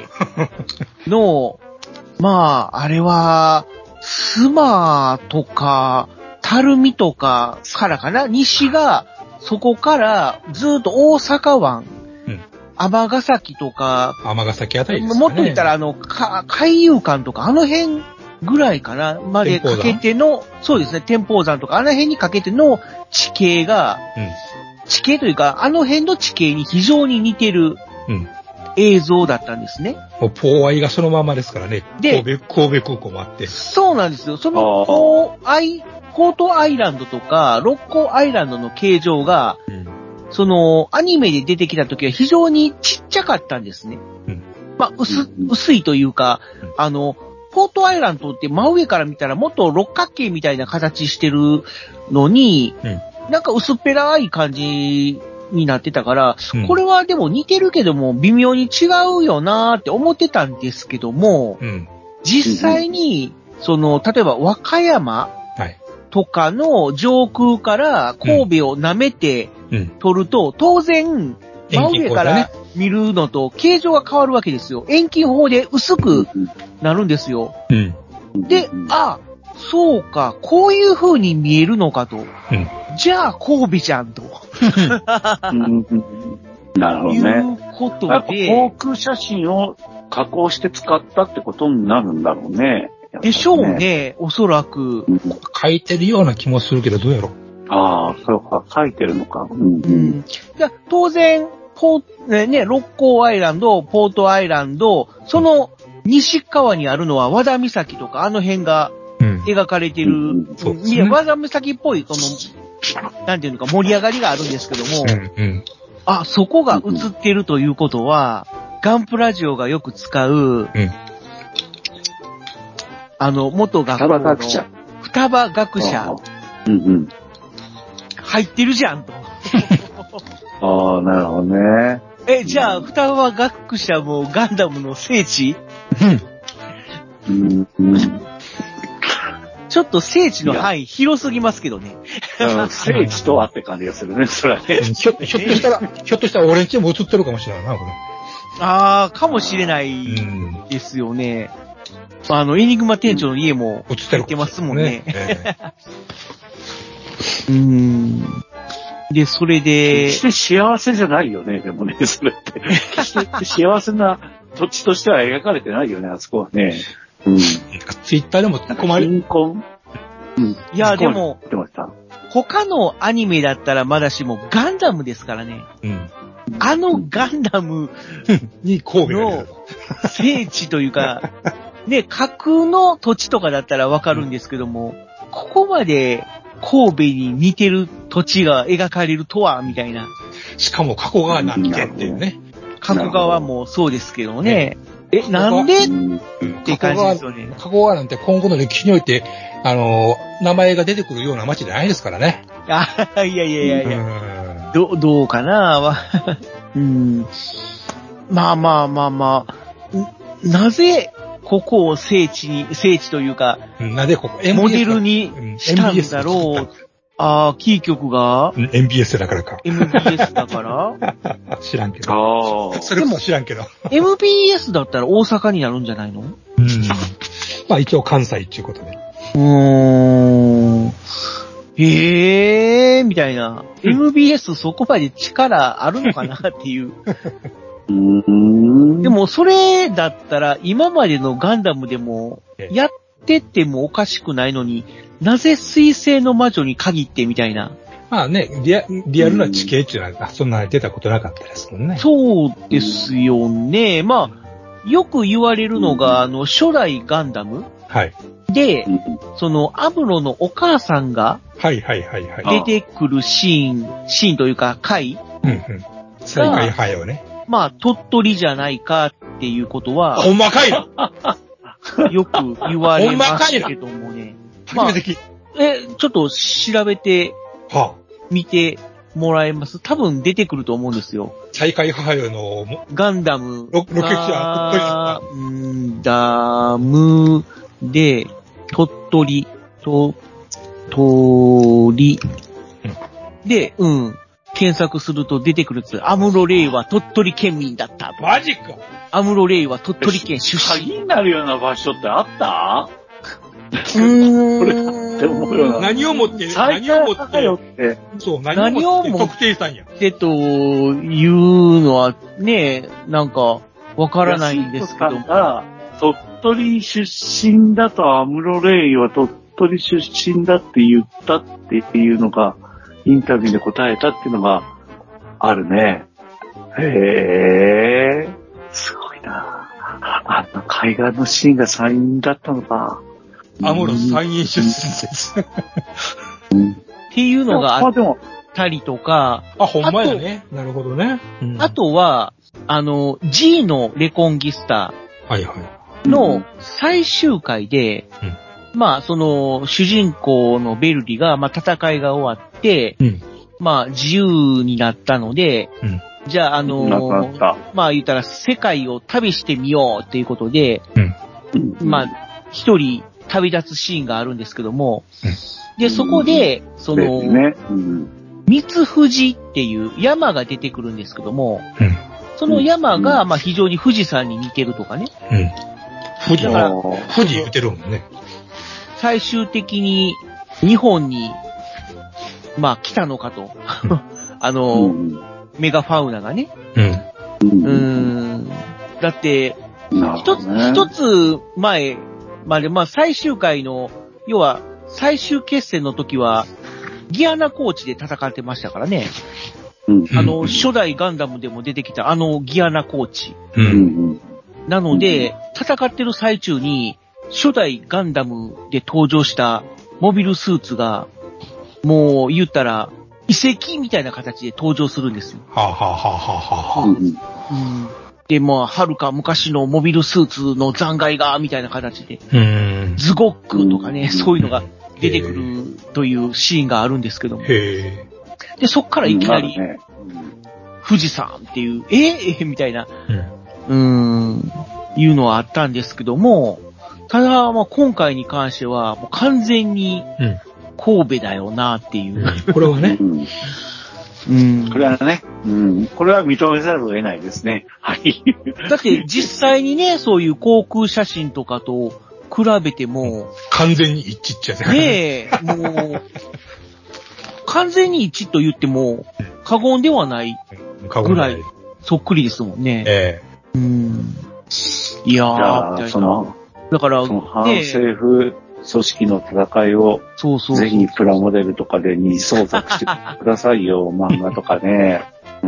の、まあ、あれは、スマとか、タルミとかからかな西が、そこからずっと大阪湾、尼、うん、崎とか、 尼崎あたりですかね。 もっと言ったらあの、か海遊館とかあの辺ぐらいかなまでかけての、そうですね、天保山とかあの辺にかけての地形が、うん、地形というか、あの辺の地形に非常に似てる、うん映像だったんですね。 もうポーアイがそのままですからね。で、神戸、神戸空港もあって。 そうなんですよ。そのポーアイ、コートアイランドとか、六甲アイランドの形状が、うん、その、アニメで出てきた時は非常にちっちゃかったんですね。うん、まあ、薄、薄いというか、うん、あの、ポートアイランドって真上から見たらもっと六角形みたいな形してるのに、うん、なんか薄っぺらい感じ、になってたから、うん、これはでも似てるけども微妙に違うよなーって思ってたんですけども、うん、実際に、その、例えば和歌山とかの上空から神戸を舐めて撮ると、うん、当然、真上から見るのと形状が変わるわけですよ。遠近法で薄くなるんですよ。うん、で、あ、 そうか、こういう風に見えるのかと。うん、じゃあ、神戸じゃんと。 なるほどね。 いうことで。 航空写真を加工して使ったってことになるんだろうね。 ねでしょうね、おそらく。 うん、書いてるような気もするけど、どうやろう。 ああ、そうか、書いてるのか。うん、うん。 当然、ポー、ね、六甲アイランド、ポートアイランド、その西側にあるのは和田岬とか、あの辺が描かれてる、うんうん、和田岬っぽい、その、なんていうのか、盛り上がりがあるんですけども、うんうん、あ、そこが映ってるということは、ガンプラジオがよく使う、うん、あの、元学校の双葉学者、うんうん、入ってるじゃんと。 ああ、なるほどね。 え、じゃあ、双葉学者もガンダムの聖地うん、うん、ちょっと聖地の範囲広すぎますけどね。 うん、聖地とはって感じがするね、それはね。 ひょ、ひょっとしたら、ひょっとしたら俺んちも映ってるかもしれないな、これ。 ああ、かもしれないですよね。うん、あの、エニグマ店長の家も映ってますもんね。うーん。で、それで。 決して幸せじゃないよね、でもね、それって。決して幸せな土地としては描かれてないよね、あそこはね。うん。 ツイッターでも困る。 貧困うん。いや、でも、他のアニメだったらまだしもガンダムですからね。うん。あのガンダムに神戸の聖地というか、ね、架空の土地とかだったらわかるんですけども、うん、ここまで、神戸に似てる土地が描かれるとは、みたいな。 しかも加古川なんてっていうね。 加古川もそうですけどね。え、なんでって感じですよね。 加古川なんて今後の歴史において、あの、名前が出てくるような町じゃないですからね。 あ、いやいやいやいや。ど、どうかなうん。まあまあまあまあ。なぜ、ここを聖地に、聖地というか、 なぜここ、 モデルにしたんだろう。ああ、キー局がエムビーエス だからか。 エムビーエス だから知らんけど。ああ。それも知らんけど。 エムビーエス だったら大阪になるんじゃないの？うん。 まあ一応関西っていうことで。 うーん。へえー、みたいな。エムビーエス そこまで力あるのかなっていう。でも、それだったら、今までのガンダムでも、やっててもおかしくないのに、なぜ水星の魔女に限ってみたいな。 まあね、リア、リアルな地形っていうのは、そんなに出たことなかったですもんね。 そうですよね。まあ、よく言われるのが、あの、初代ガンダム。 はい。 で、その、アムロのお母さんが、 はいはいはいはい。 出てくるシーン、シーンというか、回。 うんうん。再開派よね。 まあ、鳥取じゃないかっていうことは、 ほんまかいなよく言われますけどもね。 まあ、え、 ちょっと調べて、見てもらえます？多分出てくると思うんですよ。 再開母よの、 ガンダム。 ロケ地はガンダムで、鳥取、と、鳥、で、うん。検索すると出てくるやつ。アムロレイは鳥取県民だった。 マジか。 アムロレイは鳥取県出身。 鍵になるような場所ってあった？ うーん。 でも何をもって、何をもって、そう、何をもって特定したんや。 でというのはね、なんか、わからないんですけども。 鳥取出身だとアムロレイは鳥取出身だって言ったっていうのが、インタビューで答えたっていうのがあるね。へー。すごいな。あんな海岸のシーンが山陰だったのか。 アムロ山陰出身です。 うん、っていうのがあったりとか。 あ、ほんまやね。なるほどね。 うん、あとは、あの、G のレコンギスタの最終回で、うんまあ、その、主人公のベルリが、まあ、戦いが終わって、うん、まあ、自由になったので、うん、じゃあ、あのー、まあ、言ったら、世界を旅してみようっていうことで、うん、まあ、一人旅立つシーンがあるんですけども、うん、で、そこで、その、ねうん、三富士っていう山が出てくるんですけども、うん、その山が、まあ、非常に富士山に似てるとかね。 うん、富士は、富士言ってるもんね。 最終的に日本に、まあ来たのかと。あの、うん、メガファウナがね。うん。うーん。だって、一つ、一つ前まで、まあ最終回の、要は最終決戦の時は、ギアナコーチで戦ってましたからね。うん、あの、初代ガンダムでも出てきたあのギアナコーチ。うん、なので、戦ってる最中に、初代ガンダムで登場したモビルスーツが、もう言ったら、遺跡みたいな形で登場するんですよ。はあ、はあはあはあ、うん。で、まあ、はるか昔のモビルスーツの残骸が、みたいな形で、うんズゴックとかね、そういうのが出てくるというシーンがあるんですけども。へで、そっからいきなり、ね、富士山っていう、えー、みたいな、うん、うーん、いうのはあったんですけども、ただ、まあ、今回に関しては、もう完全に、神戸だよなっていう、 うん。これはね。 うん、これはね、うん、これは認めざるを得ないですね。はい。 だって実際にね、そういう航空写真とかと比べても、 完全に一致っちゃうねえ、もう、完全に一致と言っても過言ではないぐらいそっくりですもんね。ええ。うん。いやー、みたいな。そのだから、 その反政府組織の戦いを、そうそうぜひプラモデルとかで二相作してくださいよ、漫画とかね。 うん、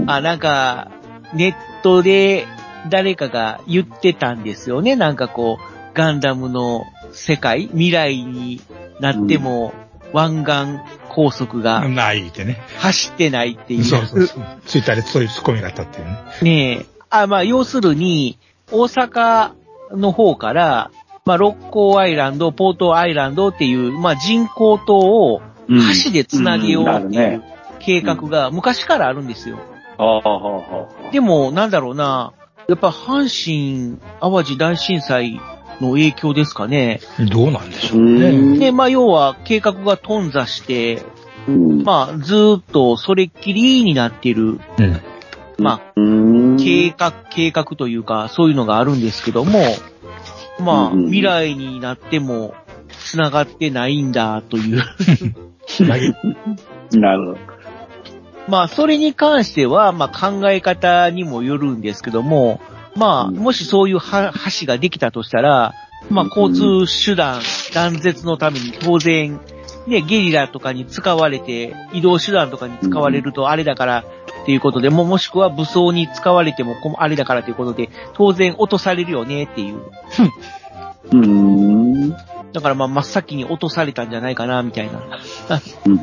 あ、なんか、ネットで誰かが言ってたんですよね。なんかこう、ガンダムの世界、未来になっても、うん、湾岸高速が、 ないってね。 走ってないっていう。 そうそうそう。ツイッターでそういうツッコミがあったっていうね。 ねえ。あ、まあ、要するに、大阪の方から、まあ、六甲アイランド、ポートアイランドっていう、まあ、人工島を橋でつなげようっていう計画が昔からあるんですよ。でも、なんだろうな、やっぱ阪神淡路大震災の影響ですかね。 どうなんでしょうね。 で、まあ、要は計画が頓挫して、まあ、ずーっとそれっきりになってる、うん、まあ、計画、計画というか、そういうのがあるんですけども、まあ、うん、未来になっても繋がってないんだというなるほど。 まあ、それに関しては、まあ考え方にもよるんですけども、まあ、うん、もしそういう橋ができたとしたら、まあ、交通手段断絶のために当然、ね、ゲリラとかに使われて、移動手段とかに使われるとあれだから、っていうことで、も、もしくは武装に使われてもあれだからということで、当然落とされるよねっていう。うーん。だからまあ真っ先に落とされたんじゃないかな、みたいな。 うんうん、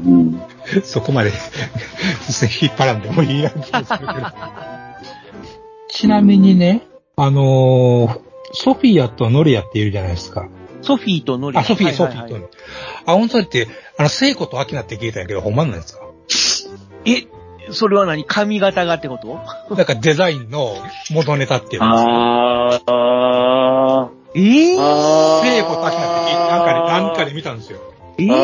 そこまで引っ張らんでもいいやんですけど。ちなみにね、あのー、ソフィアとノリアっているじゃないですか。 ソフィーとノリア。 あ、ソフィー、ソフィーとノリア。あ、本当にって、あの、聖子とアキナって聞いたんやけど、ほんまなんですか？ えそれは何髪型がってこと？ なんかデザインの元ネタっていうんですか？ ああ。 えぇ、ー、 聖子とアキナって聞いて、なんかで、なんかで見たんですよ。 えー、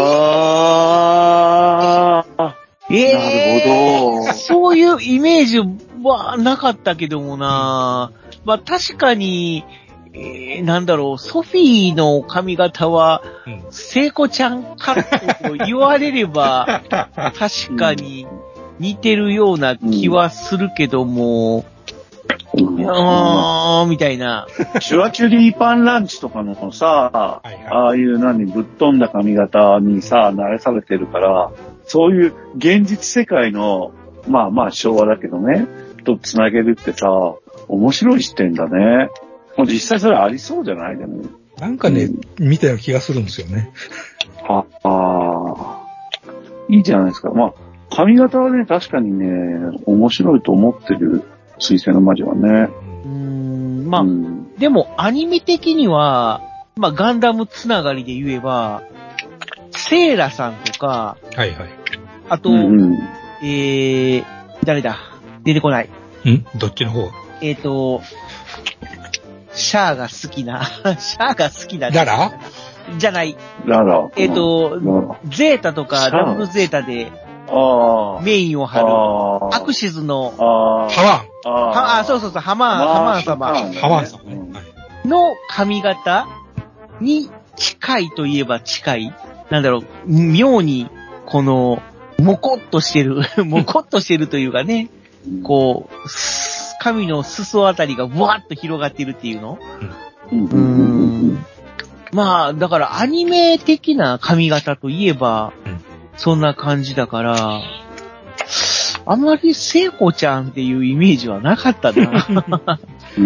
ああ。えー、なるほど。 そういうイメージはなかったけどもな、うん、まあ確かに、えー、なんだろう、ソフィーの髪型は、うん、聖子ちゃんカットと言われれば、確かに似てるような気はするけども、うん、あーみたいな。 シュワチュリーパンランチとかのさ、はいはい、ああいう何、ぶっ飛んだ髪型にさ、慣れされてるから、そういう現実世界の、まあまあ昭和だけどね、と繋げるってさ、面白い視点だね。もう実際それありそうじゃないでも。 なんかね、うん、見たような気がするんですよね。 ああ、いいじゃないですか。まあ、髪型はね、確かにね、面白いと思ってる水星の魔女はね。 うーん、まあ、うん、でもアニメ的には、まあガンダムつながりで言えば、セーラさんとか、 はいはい。 あと、うん、えー、誰だ出てこない。 んどっちの方？ えっ、ー、と、シャアが好きな、シャアが好きな。 ララ？ じゃない。 ララ。 えっ、ー、と、ゼータとかダブルゼータでメインを張る。アクシズのハワン。 ああ、そうそうそう、ハマーン、ハマーン様。 ハマーン様ね。 の髪型に近近いといえば近い。なんだろう、妙に、この、もこっとしてる、もこっとしてるというかね、こう、髪の裾あたりがブワッと広がってるっていうの、うん、うーん。まあ、だからアニメ的な髪型といえば、そんな感じだから、あんまり聖子ちゃんっていうイメージはなかったな。 うん、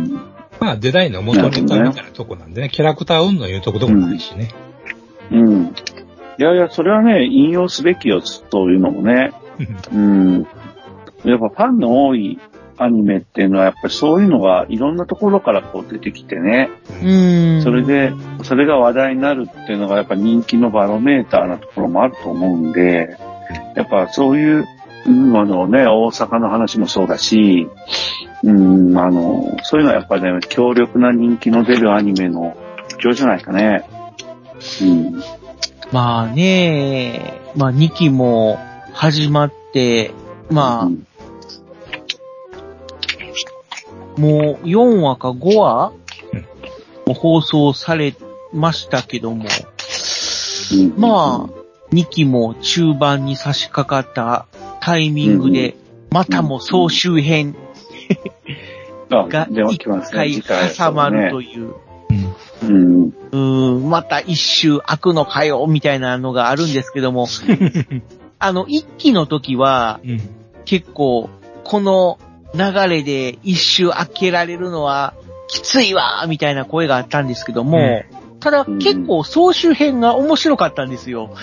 まあ、デザインの元ネタみたいなとこなんでね、キャラクター運の言うとこでもないしね。 うん。うん、いやいや、それはね、引用すべきよ、というのもね。うん。やっぱファンの多いアニメっていうのは、やっぱりそういうのがいろんなところからこう出てきてね。うん。それで、それが話題になるっていうのがやっぱ人気のバロメーターなところもあると思うんで、やっぱそういう、うん、あのね、大阪の話もそうだし、うん、あの、そういうのはやっぱりね、強力な人気の出るアニメの特徴じゃないかね。うん。 まあね、まあにきも始まって、まあ、うん、もうよんわかごわ、うん、放送されましたけども、うん、まあ、にきも中盤に差し掛かったタイミングで、またも総集編が一回挟まるという。うん、うーん、また一周開くのかよ、みたいなのがあるんですけども、あの、一期の時は、うん、結構、この流れで一周開けられるのはきついわ、みたいな声があったんですけども、うん、ただ、結構総集編が面白かったんですよ。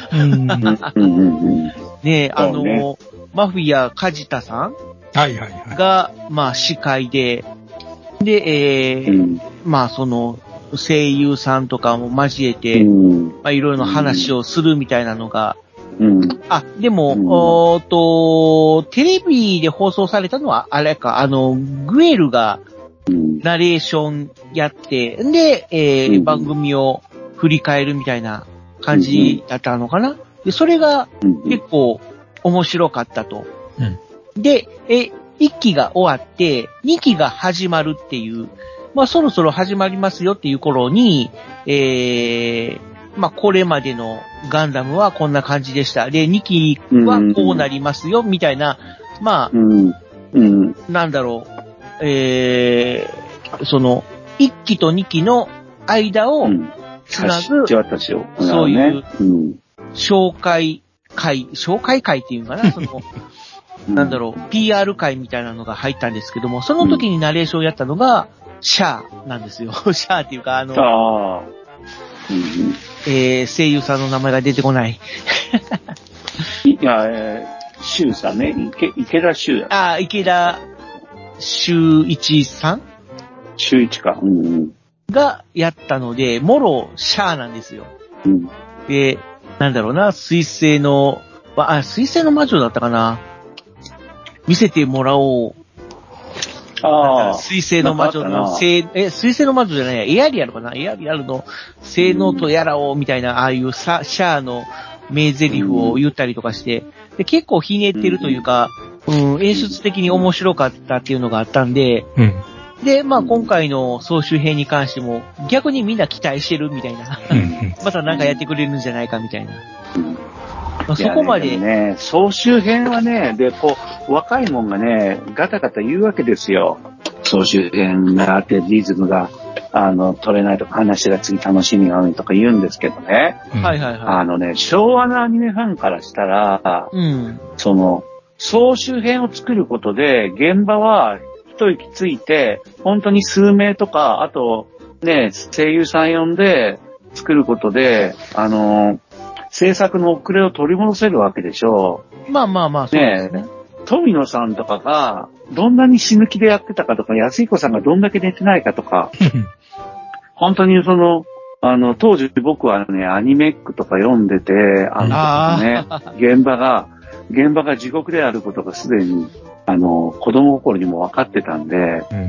ねえ、あの、ね、マフィア梶田さんはいはいはい。 が、まあ、司会で、で、えー、うん、まあ、その、声優さんとかも交えて、うん、まあ、いろいろな話をするみたいなのが、うん、あ、でも、うん、おーと、テレビで放送されたのは、あれか、あの、グエルが、ナレーションやって、で、えーうん、番組を振り返るみたいな感じだったのかな。で、それが結構面白かったと。うん、で、え、一期が終わって、二期が始まるっていう、まあそろそろ始まりますよっていう頃に、えー、まあこれまでのガンダムはこんな感じでした。で、二期はこうなりますよ、みたいな、まあ、うんうん、なんだろう、えー、その、一期と二期の間をつなぐ、うん、そういう、紹介会、紹介会っていうのかな、その、なんだろう、ピーアール 会みたいなのが入ったんですけども、その時にナレーションをやったのが、シャアなんですよ。シャアっていうか、あの、あうん、えー、声優さんの名前が出てこない。 いや、えー、シュウさんね。池、池田シュウや。 ああ、池田修一さん修一か。うんうん。 がやったので、もろシャアなんですよ。うん。で、なんだろうな、水星の、あ、水星の魔女だったかな。見せてもらおう。ああ。水星の魔女の性、え、水星の魔女じゃないや、エアリアルかなエアリアルの性能とやらを、みたいな、ああいうさ、シャアの名台詞を言ったりとかして、で、結構ひねってるというか、うん、演出的に面白かったっていうのがあったんで、うん、で、まあ今回の総集編に関しても、逆にみんな期待してるみたいな。またなんかやってくれるんじゃないかみたいな。まあ、そこまで。 ね、総集編はね、で、こう、若いもんがね、ガタガタ言うわけですよ。総集編があって、リズムが、あの、取れないとか、話が次楽しみがないとか言うんですけどね。はいはいはい。あのね、昭和のアニメファンからしたら、うん、その、総集編を作ることで、現場は一息ついて、本当に数名とか、あと、ね、声優さん呼んで作ることで、あの、制作の遅れを取り戻せるわけでしょう。まあまあまあ、そうですね。 ね、富野さんとかが、どんなに死ぬ気でやってたかとか、安彦さんがどんだけ寝てないかとか、本当にその、あの、当時僕はね、アニメックとか読んでて、あのね、現場が、現場が地獄であることがすでに、あの、子供心にも分かってたんで、うん、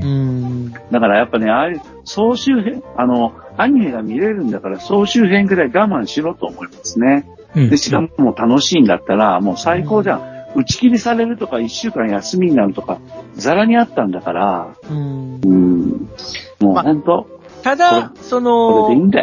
だからやっぱね、ああいう総集編、あの、アニメが見れるんだから総集編ぐらい我慢しろと思いますね。うん、で、しかももう楽しいんだったら、もう最高じゃん。打ち切りされるとか一週間休みになるとか、ざらにあったんだから、うん、うんもう本当、 ま、ただ、その、 これでいいんだよ。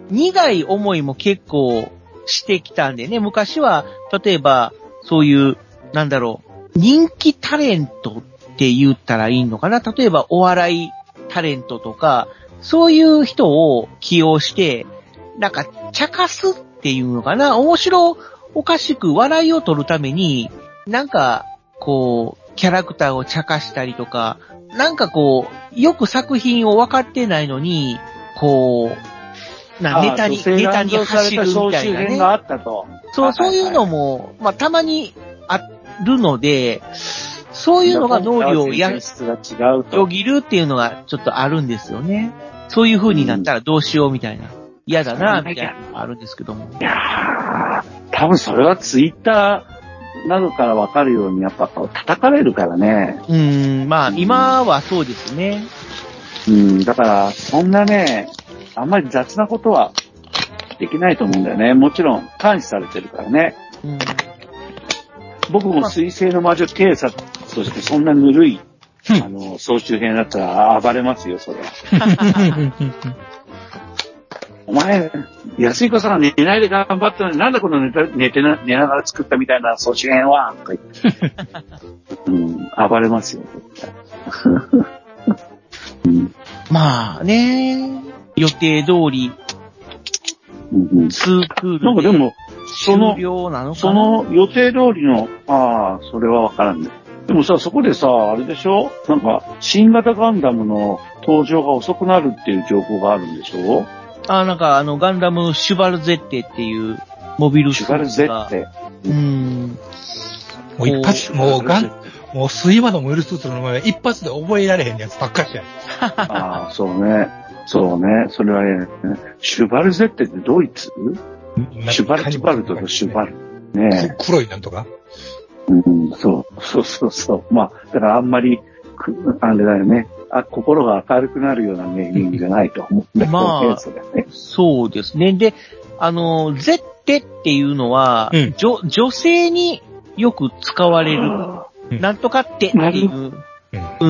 苦い思いも結構してきたんでね、昔は、例えば、そういう、なんだろう、人気タレントって言ったらいいのかな？例えば、お笑いタレントとか、そういう人を起用して、なんか、茶化すっていうのかな？面白おかしく笑いを取るために、なんか、こう、キャラクターを茶化したりとか、なんかこう、よく作品を分かってないのに、こう、なネタに、ネタに走るみたいなね。 があったとそう、そういうのも、まあ、たまにあるので、そういうのが能力をや、よぎるっていうのがちょっとあるんですよね。そういう風になったらどうしようみたいな。嫌だな、みたいなのがあるんですけども。 いやー、多分それはツイッターなどからわかるように、やっぱ叩かれるからね。 うーん、まあ、今はそうですね。 うん、だから、そんなね、あんまり雑なことはできないと思うんだよね。もちろん、監視されてるからね。うん、僕も水星の魔女警察としてそんなぬるい、あの、総集編だったら暴れますよ、それは。お前、安彦さんが寝ないで頑張ったのになんだこの寝た寝てな、寝ながら作ったみたいな総集編はとか言って。うん、暴れますよ、絶対。 うん、まあね、予定通り、 うん、 ツークールなんかでも、その、その予定通りの、ああ、それはわからんね。でもさ、そこでさ、あれでしょ？なんか、新型ガンダムの登場が遅くなるっていう情報があるんでしょ？ あ、なんかあの、ガンダムシュバルゼッテっていうモビルスーツが。 シュバルゼッテ。 うーん。 もう一発、もうガン、もう水馬のモビルスーツの名前は一発で覚えられへんやつばっかしや。 ああ、そうね。そうね。それはね、シュバルゼッテってドイツ？シュバルツバルトとシュバル。ね黒いなんとか？ うん、そう、そうそうそう。まあ、だからあんまり、あれだよね。あ、心が明るくなるようなネーミングじゃないと思うんだけど、 まあ、ね、そうですね。で、あの、ゼッテっていうのは、うん、女、女性によく使われる、うん、なんとかってっていう、うん、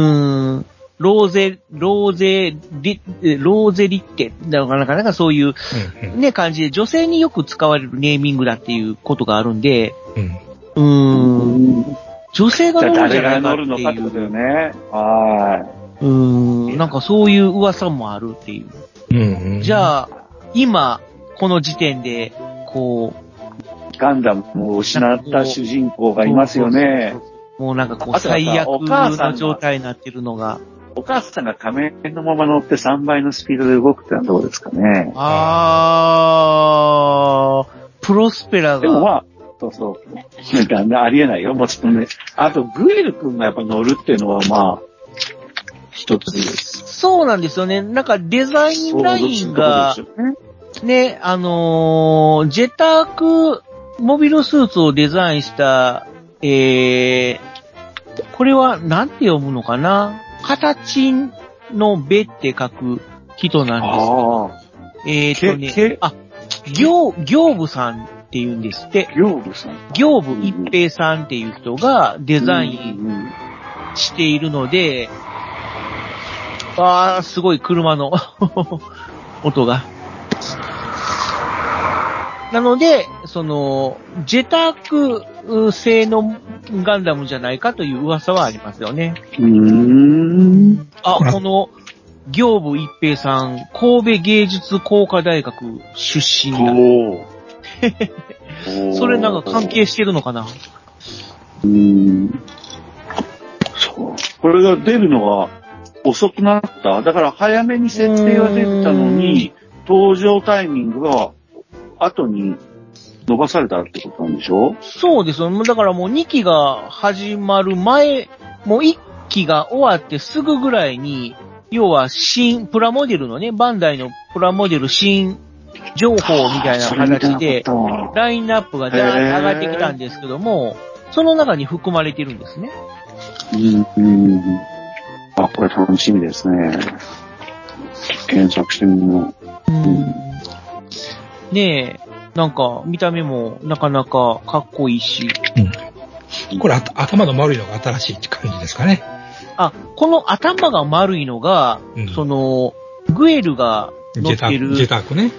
ん、ローゼ、ローゼリ、ローゼリッテ、なかなかなかそういう、うんうん、ね、感じで女性によく使われるネーミングだっていうことがあるんで、うん、うーん、女性が乗るんじゃないかっていう。誰が乗るのかってことよね。はい。うーん、なんかそういう噂もあるっていう。うんうん、じゃあ、今、この時点で、こう、ガンダムを失った主人公がいますよね。 もうなんかこう、最悪の状態になってるのが。 お母さんが仮面のまま乗ってさんばいのスピードで動くってのはどうですかね。 あー、プロスペラが。 でもまあ、そうそう。なんかありえないよ、もちろんね。あと、グエル君がやっぱ乗るっていうのはまあ、一つ。 そうなんですよね。なんかデザインラインが、ね、あのー、ジェタークモビルスーツをデザインした、えー、これはなんて読むのかな？形のべって書く人なんですけど、えーとね、あ、行、行部さんって言うんですって。 行部さん行部一平さんっていう人がデザインしているので、あー、すごい車の音が。なので、その、ジェターク製のガンダムじゃないかという噂はありますよね。 うーん。 あ、この、行部一平さん、神戸芸術工科大学出身だ。おそれなんか関係してるのかな？ うーん。そう。これが出るのが遅くなった。だから早めに設定は出てたのに、登場タイミングが後に伸ばされたってことなんでしょ？ そうですよ。だからもうにきが始まる前、もういっきが終わってすぐぐらいに、要は新、プラモデルのね、バンダイのプラモデル新情報みたいな形で、ラインナップがじゃーっと上がってきたんですけども、その中に含まれてるんですね。 うん、うん。あ、これ楽しみですね。検索してみよう。うん。 ねえ、なんか見た目もなかなかかっこいいし。 うん。これ頭の丸いのが新しいって感じですかね。 あ、この頭が丸いのが、うん、その、グエルが乗ってる。 ジェタークね。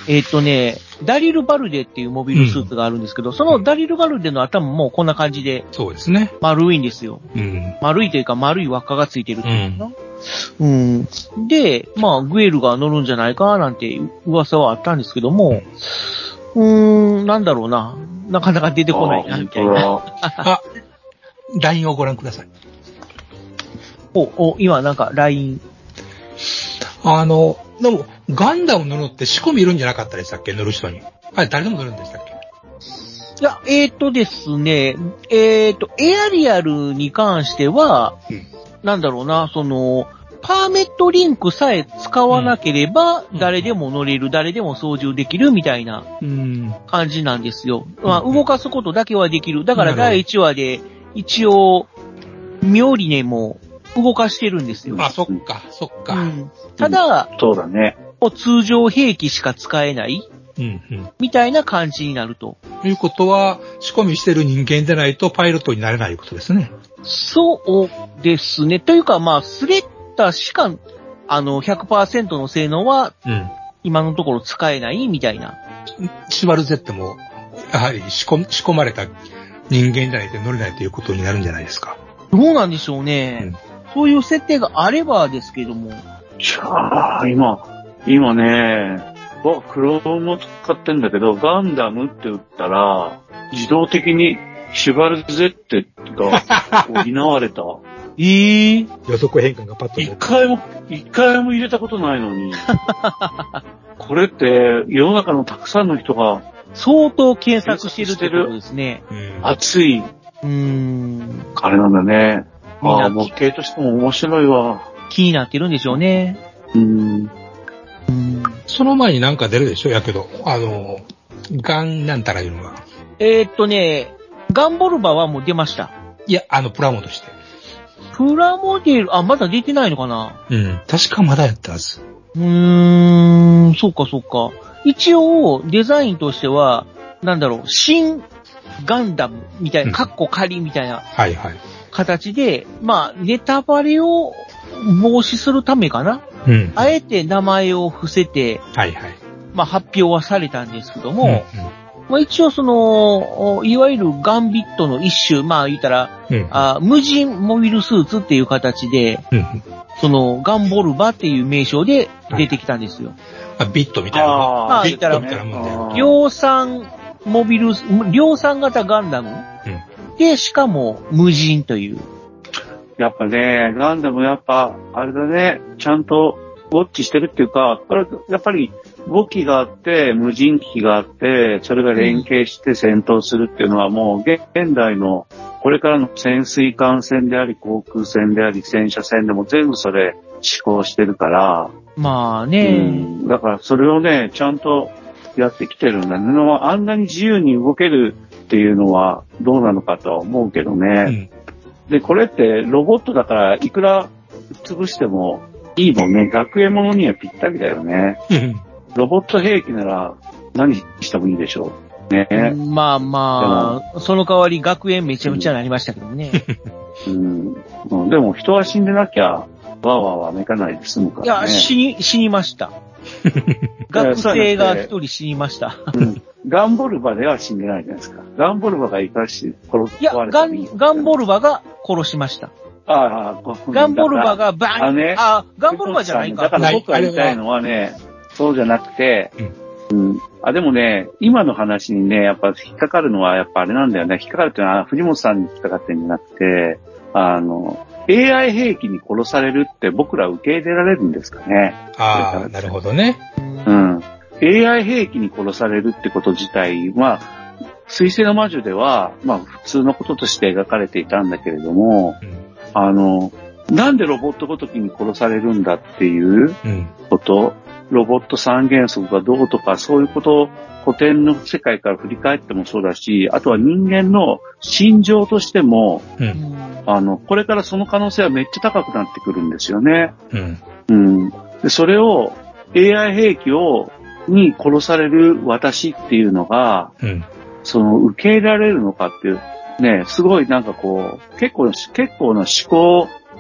えっとね、ダリル・バルデっていうモビルスーツがあるんですけど、うん、そのダリル・バルデの頭もこんな感じで。 そうですね。 丸いんですよ。 うん、 丸いというか丸い輪っかがついてるっていうのかな。うん、うん。で、まあ、グエルが乗るんじゃないかなんて噂はあったんですけども、うーん、なんだろうな。なかなか出てこないな、みたいな。 あ、ライン をご覧ください。 お、お、今なんか ライン。 あの、でも、ガンダム乗るって仕込みいるんじゃなかったでしたっけ、乗る人に。あれ、誰でも乗るんでしたっけ。 いや、えーとですね、えーと、エアリアルに関しては、うん、なんだろうな、その、パーメットリンクさえ使わなければ、誰でも乗れる、うん、誰でも操縦できるみたいな感じなんですよ。うん、まあ、動かすことだけはできる。だからだいいちわで、一応、ミョリネも動かしてるんですよ。 あ、そっか、そっか。うん、 ただ、 うん、そうだね。 通常兵器しか使えない、 うんうん、 みたいな感じになると。 ということは、仕込みしてる人間でないとパイロットになれないことですね。 そうですね。というか、まあ、スレッタしか、あの、ひゃくパーセント の性能は、うん、今のところ使えないみたいな。 シュバルゼットも、やはり仕込、仕込まれた人間じゃないと乗れないということになるんじゃないですか。 どうなんでしょうね。うん、そういう設定があればですけども。 いやー、今、今ね、クロームを使ってんだけど、ガンダムって打ったら、自動的にシュバルゼッテが補われた。 えぇ、 ー、予測変換がパッと。 一回も、一回も入れたことないのに。これって、世の中のたくさんの人が、 相当検索してるってことですね。 熱い。 うーん。 あれなんだね。ああ、模型としても面白いわ。 気になってるんでしょうね。 うーん。 うん、その前になんか出るでしょやけど。あの、ガンなんたらいうのが。 えー、っとね、ガンボルバはもう出ました。 いや、あの、プラモとして。 プラモデル、あ、まだ出てないのかな。 うん。確かまだやったはず。 うーん、そうかそうか。一応、デザインとしては、なんだろう、新ガンダムみたいな、カッコ仮みたいな。 はいはい。 形で、まあ、ネタバレを防止するためかな。うん。あえて名前を伏せて、 はいはい。 まあ、発表はされたんですけども、うんうん、まあ、一応その、いわゆるガンビットの一種、まあ言ったら、うん、あ無人モビルスーツっていう形で、うん、そのガンボルバっていう名称で出てきたんですよ。 はい、ビットみたいな。 まあ言ったら、量産モビル、量産型ガンダム、うん、で、しかも無人という。 やっぱね、ガンダムやっぱ、あれだね、ちゃんとウォッチしてるっていうか、これやっぱり武器があって、無人機があって、それが連携して戦闘するっていうのはもう現代のこれからの潜水艦船であり、航空船であり、戦車船でも全部それ施行してるから。 まあね、うん。 だからそれをね、ちゃんとやってきてるんだね。あんなに自由に動けるっていうのはどうなのかとは思うけどね。うん、で、これってロボットだからいくら潰してもいいもんね。学園ものにはぴったりだよね。ロボット兵器なら何してもいいでしょう。ね。 まあまあ、その代わり学園めちゃめちゃなりましたけどね。 うん。うん、でも人は死んでなきゃ、わーわーわめかないで済むからね。 いや、死に、死にました。学生が一人死にました。 うん。ガンボルバでは死んでないじゃないですか。ガンボルバが生かし殺す。いや、ガン、ガンボルバが殺しました。 ああ、 ガンボルバがバーン。 あ、ね、 あ、ガンボルバじゃないか。 だから僕が言いたいのはね、そうじゃなくて、うん、うん。あ、でもね、今の話にね、やっぱ引っかかるのはやっぱあれなんだよね。引っかかるっていうのは藤本さんに引っかかってるんじゃなくて、あの、エーアイ 兵器に殺されるって僕ら受け入れられるんですかね。 ああ、なるほどね。 うん。エーアイ 兵器に殺されるってこと自体は、水星の魔女では、まあ普通のこととして描かれていたんだけれども、うん、あの、なんでロボットごときに殺されるんだっていうこと、うん、ロボット三原則がどうとか、そういうことを古典の世界から振り返ってもそうだし、あとは人間の心情としても、うん、あの、これからその可能性はめっちゃ高くなってくるんですよね。うん。うん。で、それを エーアイ 兵器を、に殺される私っていうのが、うん、その受け入れられるのかっていう、ね、すごいなんかこう、結構、結構な思考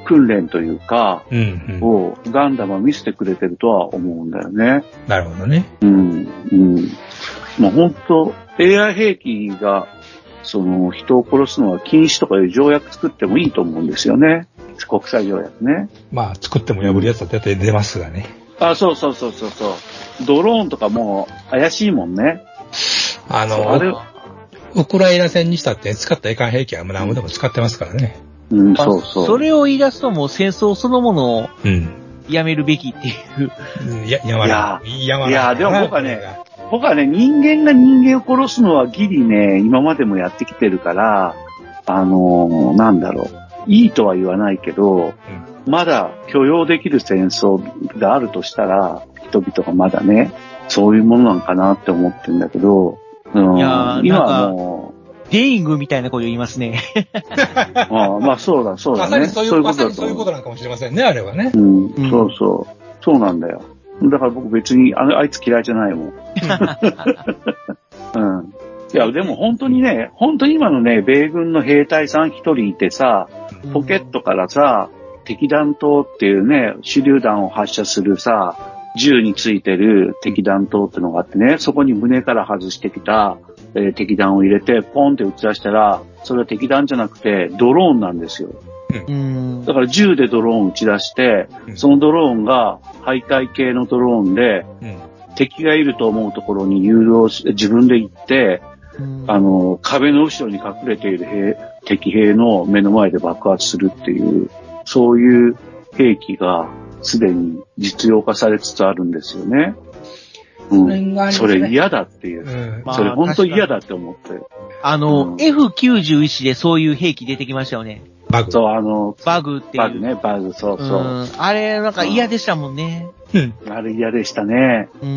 訓練というか、 うんうん、 をガンダムは見せてくれてるとは思うんだよね。 なるほどね。 うん。うん。もう本当 エーアイ 兵器が、その、人を殺すのは禁止とかいう条約作ってもいいと思うんですよね。国際条約ね。 まあ、作っても破るやつは大体出ますがね。 あ、そうそうそうそうそう。ドローンとかも怪しいもんね。 あの、あれウクライナ戦にしたって使ったエカン兵器は何でも使ってますからね。 うん、そうそう。 それを言い出すともう戦争そのものをやめるべきっていう。 うん、いや、やまない。 いや、いや、でも僕はね、僕はね、人間が人間を殺すのはギリね、今までもやってきてるから、あのー、なんだろう。いいとは言わないけど、うん、まだ許容できる戦争があるとしたら、人々がまだね、そういうものなんかなって思ってるんだけど、うん、いや今はもう、デイングみたいなこと言いますね。 ああまあそうだ、そうだね。 まさにそういう、まさにそういうことなんかもしれませんね、あれはね。 うん、うん、そうそう。そうなんだよ。だから僕別に、あの、あいつ嫌いじゃないもん。うん。いや、でも本当にね、本当に今のね、米軍の兵隊さん一人いてさ、ポケットからさ、敵弾頭っていうね、手榴弾を発射するさ、銃についてる敵弾頭ってのがあってね、そこに胸から外してきた、えー、敵弾を入れて、ポンって撃ち出したら、それは敵弾じゃなくて、ドローンなんですよ。うん、だから銃でドローン撃ち出して、うん、そのドローンが敗退系のドローンで、うん、敵がいると思うところに誘導し、自分で行って、うん、あの、壁の後ろに隠れている兵、敵兵の目の前で爆発するっていう、そういう兵器がすでに実用化されつつあるんですよね。うん、そ, ねそれ嫌だっていう。うん、それ本当嫌だって思って。 あの、うん、エフきゅうじゅういち でそういう兵器出てきましたよね。 バグ。そう、あの、 バグっていう。 バグね、バグ、そうそう。うん、 あれ、なんか嫌でしたもんね。 うん。あれ嫌でしたね。うん。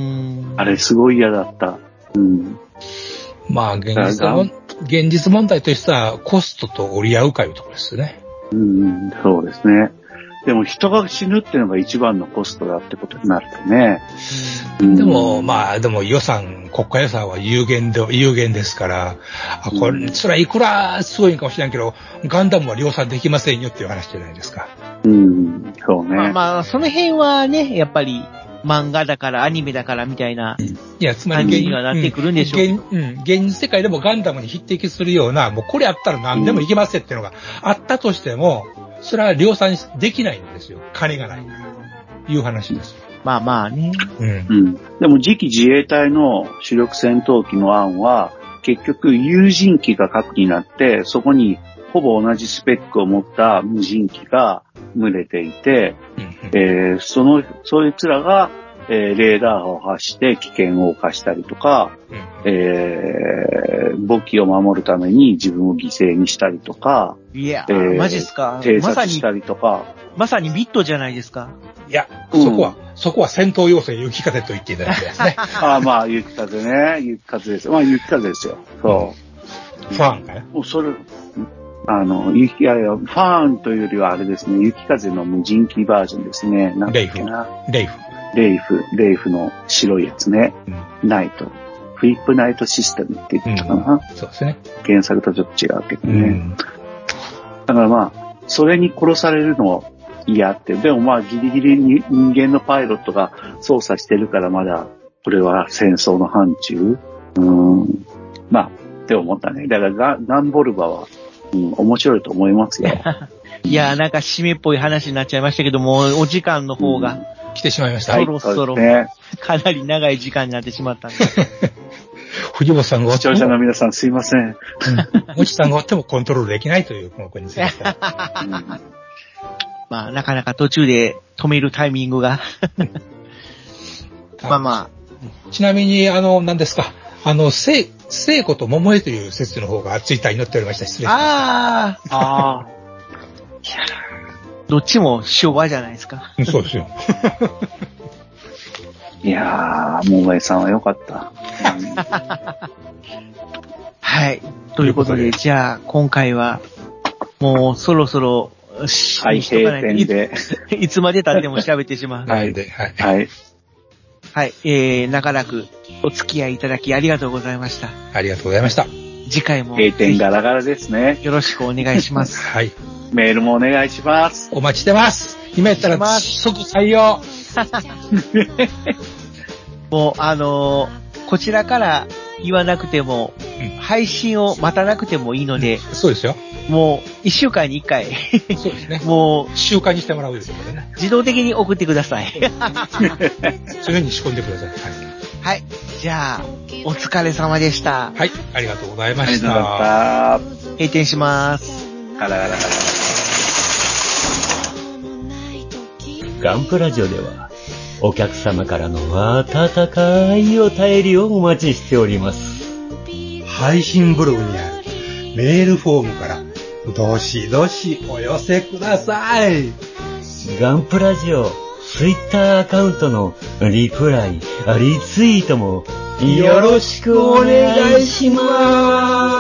あれすごい嫌だった。うん。 まあ、現実も、現実問題としては、コストと折り合うかいうところですね。 うん、そうですね。でも人が死ぬっていうのが一番のコストだってことになるとね。 うん、でも、まあ、でも予算、国家予算は有限で、有限ですから、あ、これ、うん、それはいくらすごいかもしれないけど、ガンダムは量産できませんよっていう話じゃないですか。 うん、そうね。 まあまあ、その辺はね、やっぱり、漫画だからアニメだからみたいな、 いや、つまり現にはなってくるんでしょう。 現、うん、現実世界でもガンダムに匹敵するような、もうこれやったら何でもいけますっていうのがあったとしても、それは量産できないんですよ。金がないから。いう話です。 まあまあね。 うん。うん。でも次期自衛隊の主力戦闘機の案は、結局有人機が核になって、そこにほぼ同じスペックを持った無人機が群れていて、うんうん、えー、その、そいつらが、えー、レーダーを発して危険を冒したりとか、うん、えー、簿記を守るために自分を犠牲にしたりとか、 いや、えー、マジっすか。 偵察したりとか。 まさにビットじゃないですか。 いや、そこは、うん、そこは戦闘要請雪風と言っていただきたいですね。 ああ、まあ、雪風ね。雪風です。まあ、雪風ですよ。そう。 ファンかね。 もうそれ、あの、雪、いやいや、ファンというよりはあれですね、雪風の無人機バージョンですね。なんだっけな。 レイフ。 レイフ。レイフの白いやつね。うん、ナイト。フリップナイトシステムって言ったかな、 うん。そうですね。 原作とちょっと違うけどね。うん、だからまあ、それに殺されるの嫌って。でもまあ、ギリギリに人間のパイロットが操作してるからまだ、これは戦争の範疇。うん。まあ、って思ったね。だからガンボルバは、うん、面白いと思いますよ。 いやー、なんか締めっぽい話になっちゃいましたけども、お時間の方が、うん、 来てしまいました。 そろそろ、ね、かなり長い時間になってしまったんで。 藤本さんが視聴者の皆さんすいません。 もちさんがおってもコントロールできないというこの子にすいません。 まあ、なかなか途中で止めるタイミングが。まあまあ。ちなみに、あの、何ですか。あの、聖、聖子と桃江という説の方がツイッターに載っておりました。失礼しました。 ああ。ああ。どっちも昭和じゃないですか。 そうですよ。 いやー、桃江さんは良かった。 はい。ということで、じゃあ、今回は、もうそろそろ、 はい、閉店で。 いつまで経っても喋ってしまう。 はい、で、はい。はい。 はい、えー、長らくお付き合いいただきありがとうございました。 ありがとうございました。 次回も。 閉店ガラガラですね。 よろしくお願いします。 はい。 メールもお願いします。 お待ちしてます。今やったら即採用。 もう、あのー、こちらから言わなくても、うん、配信を待たなくてもいいので、 うん、そうですよ。 もう、一週間に一回。 そうですね。 もう、 習慣にしてもらうということでね。 自動的に送ってください。そういうふうに仕込んでください。はい。 はい。じゃあ、お疲れ様でした。 はい。ありがとうございました。 ありがとうございました。 閉店します。 あらららら。 ガンプラジオでは、お客様からの温かいお便りをお待ちしております。 配信ブログにあるメールフォームから、どしどしお寄せください。 ガンプラジオ、ツイッターアカウントのリプライ、リツイートもよろしくお願いします。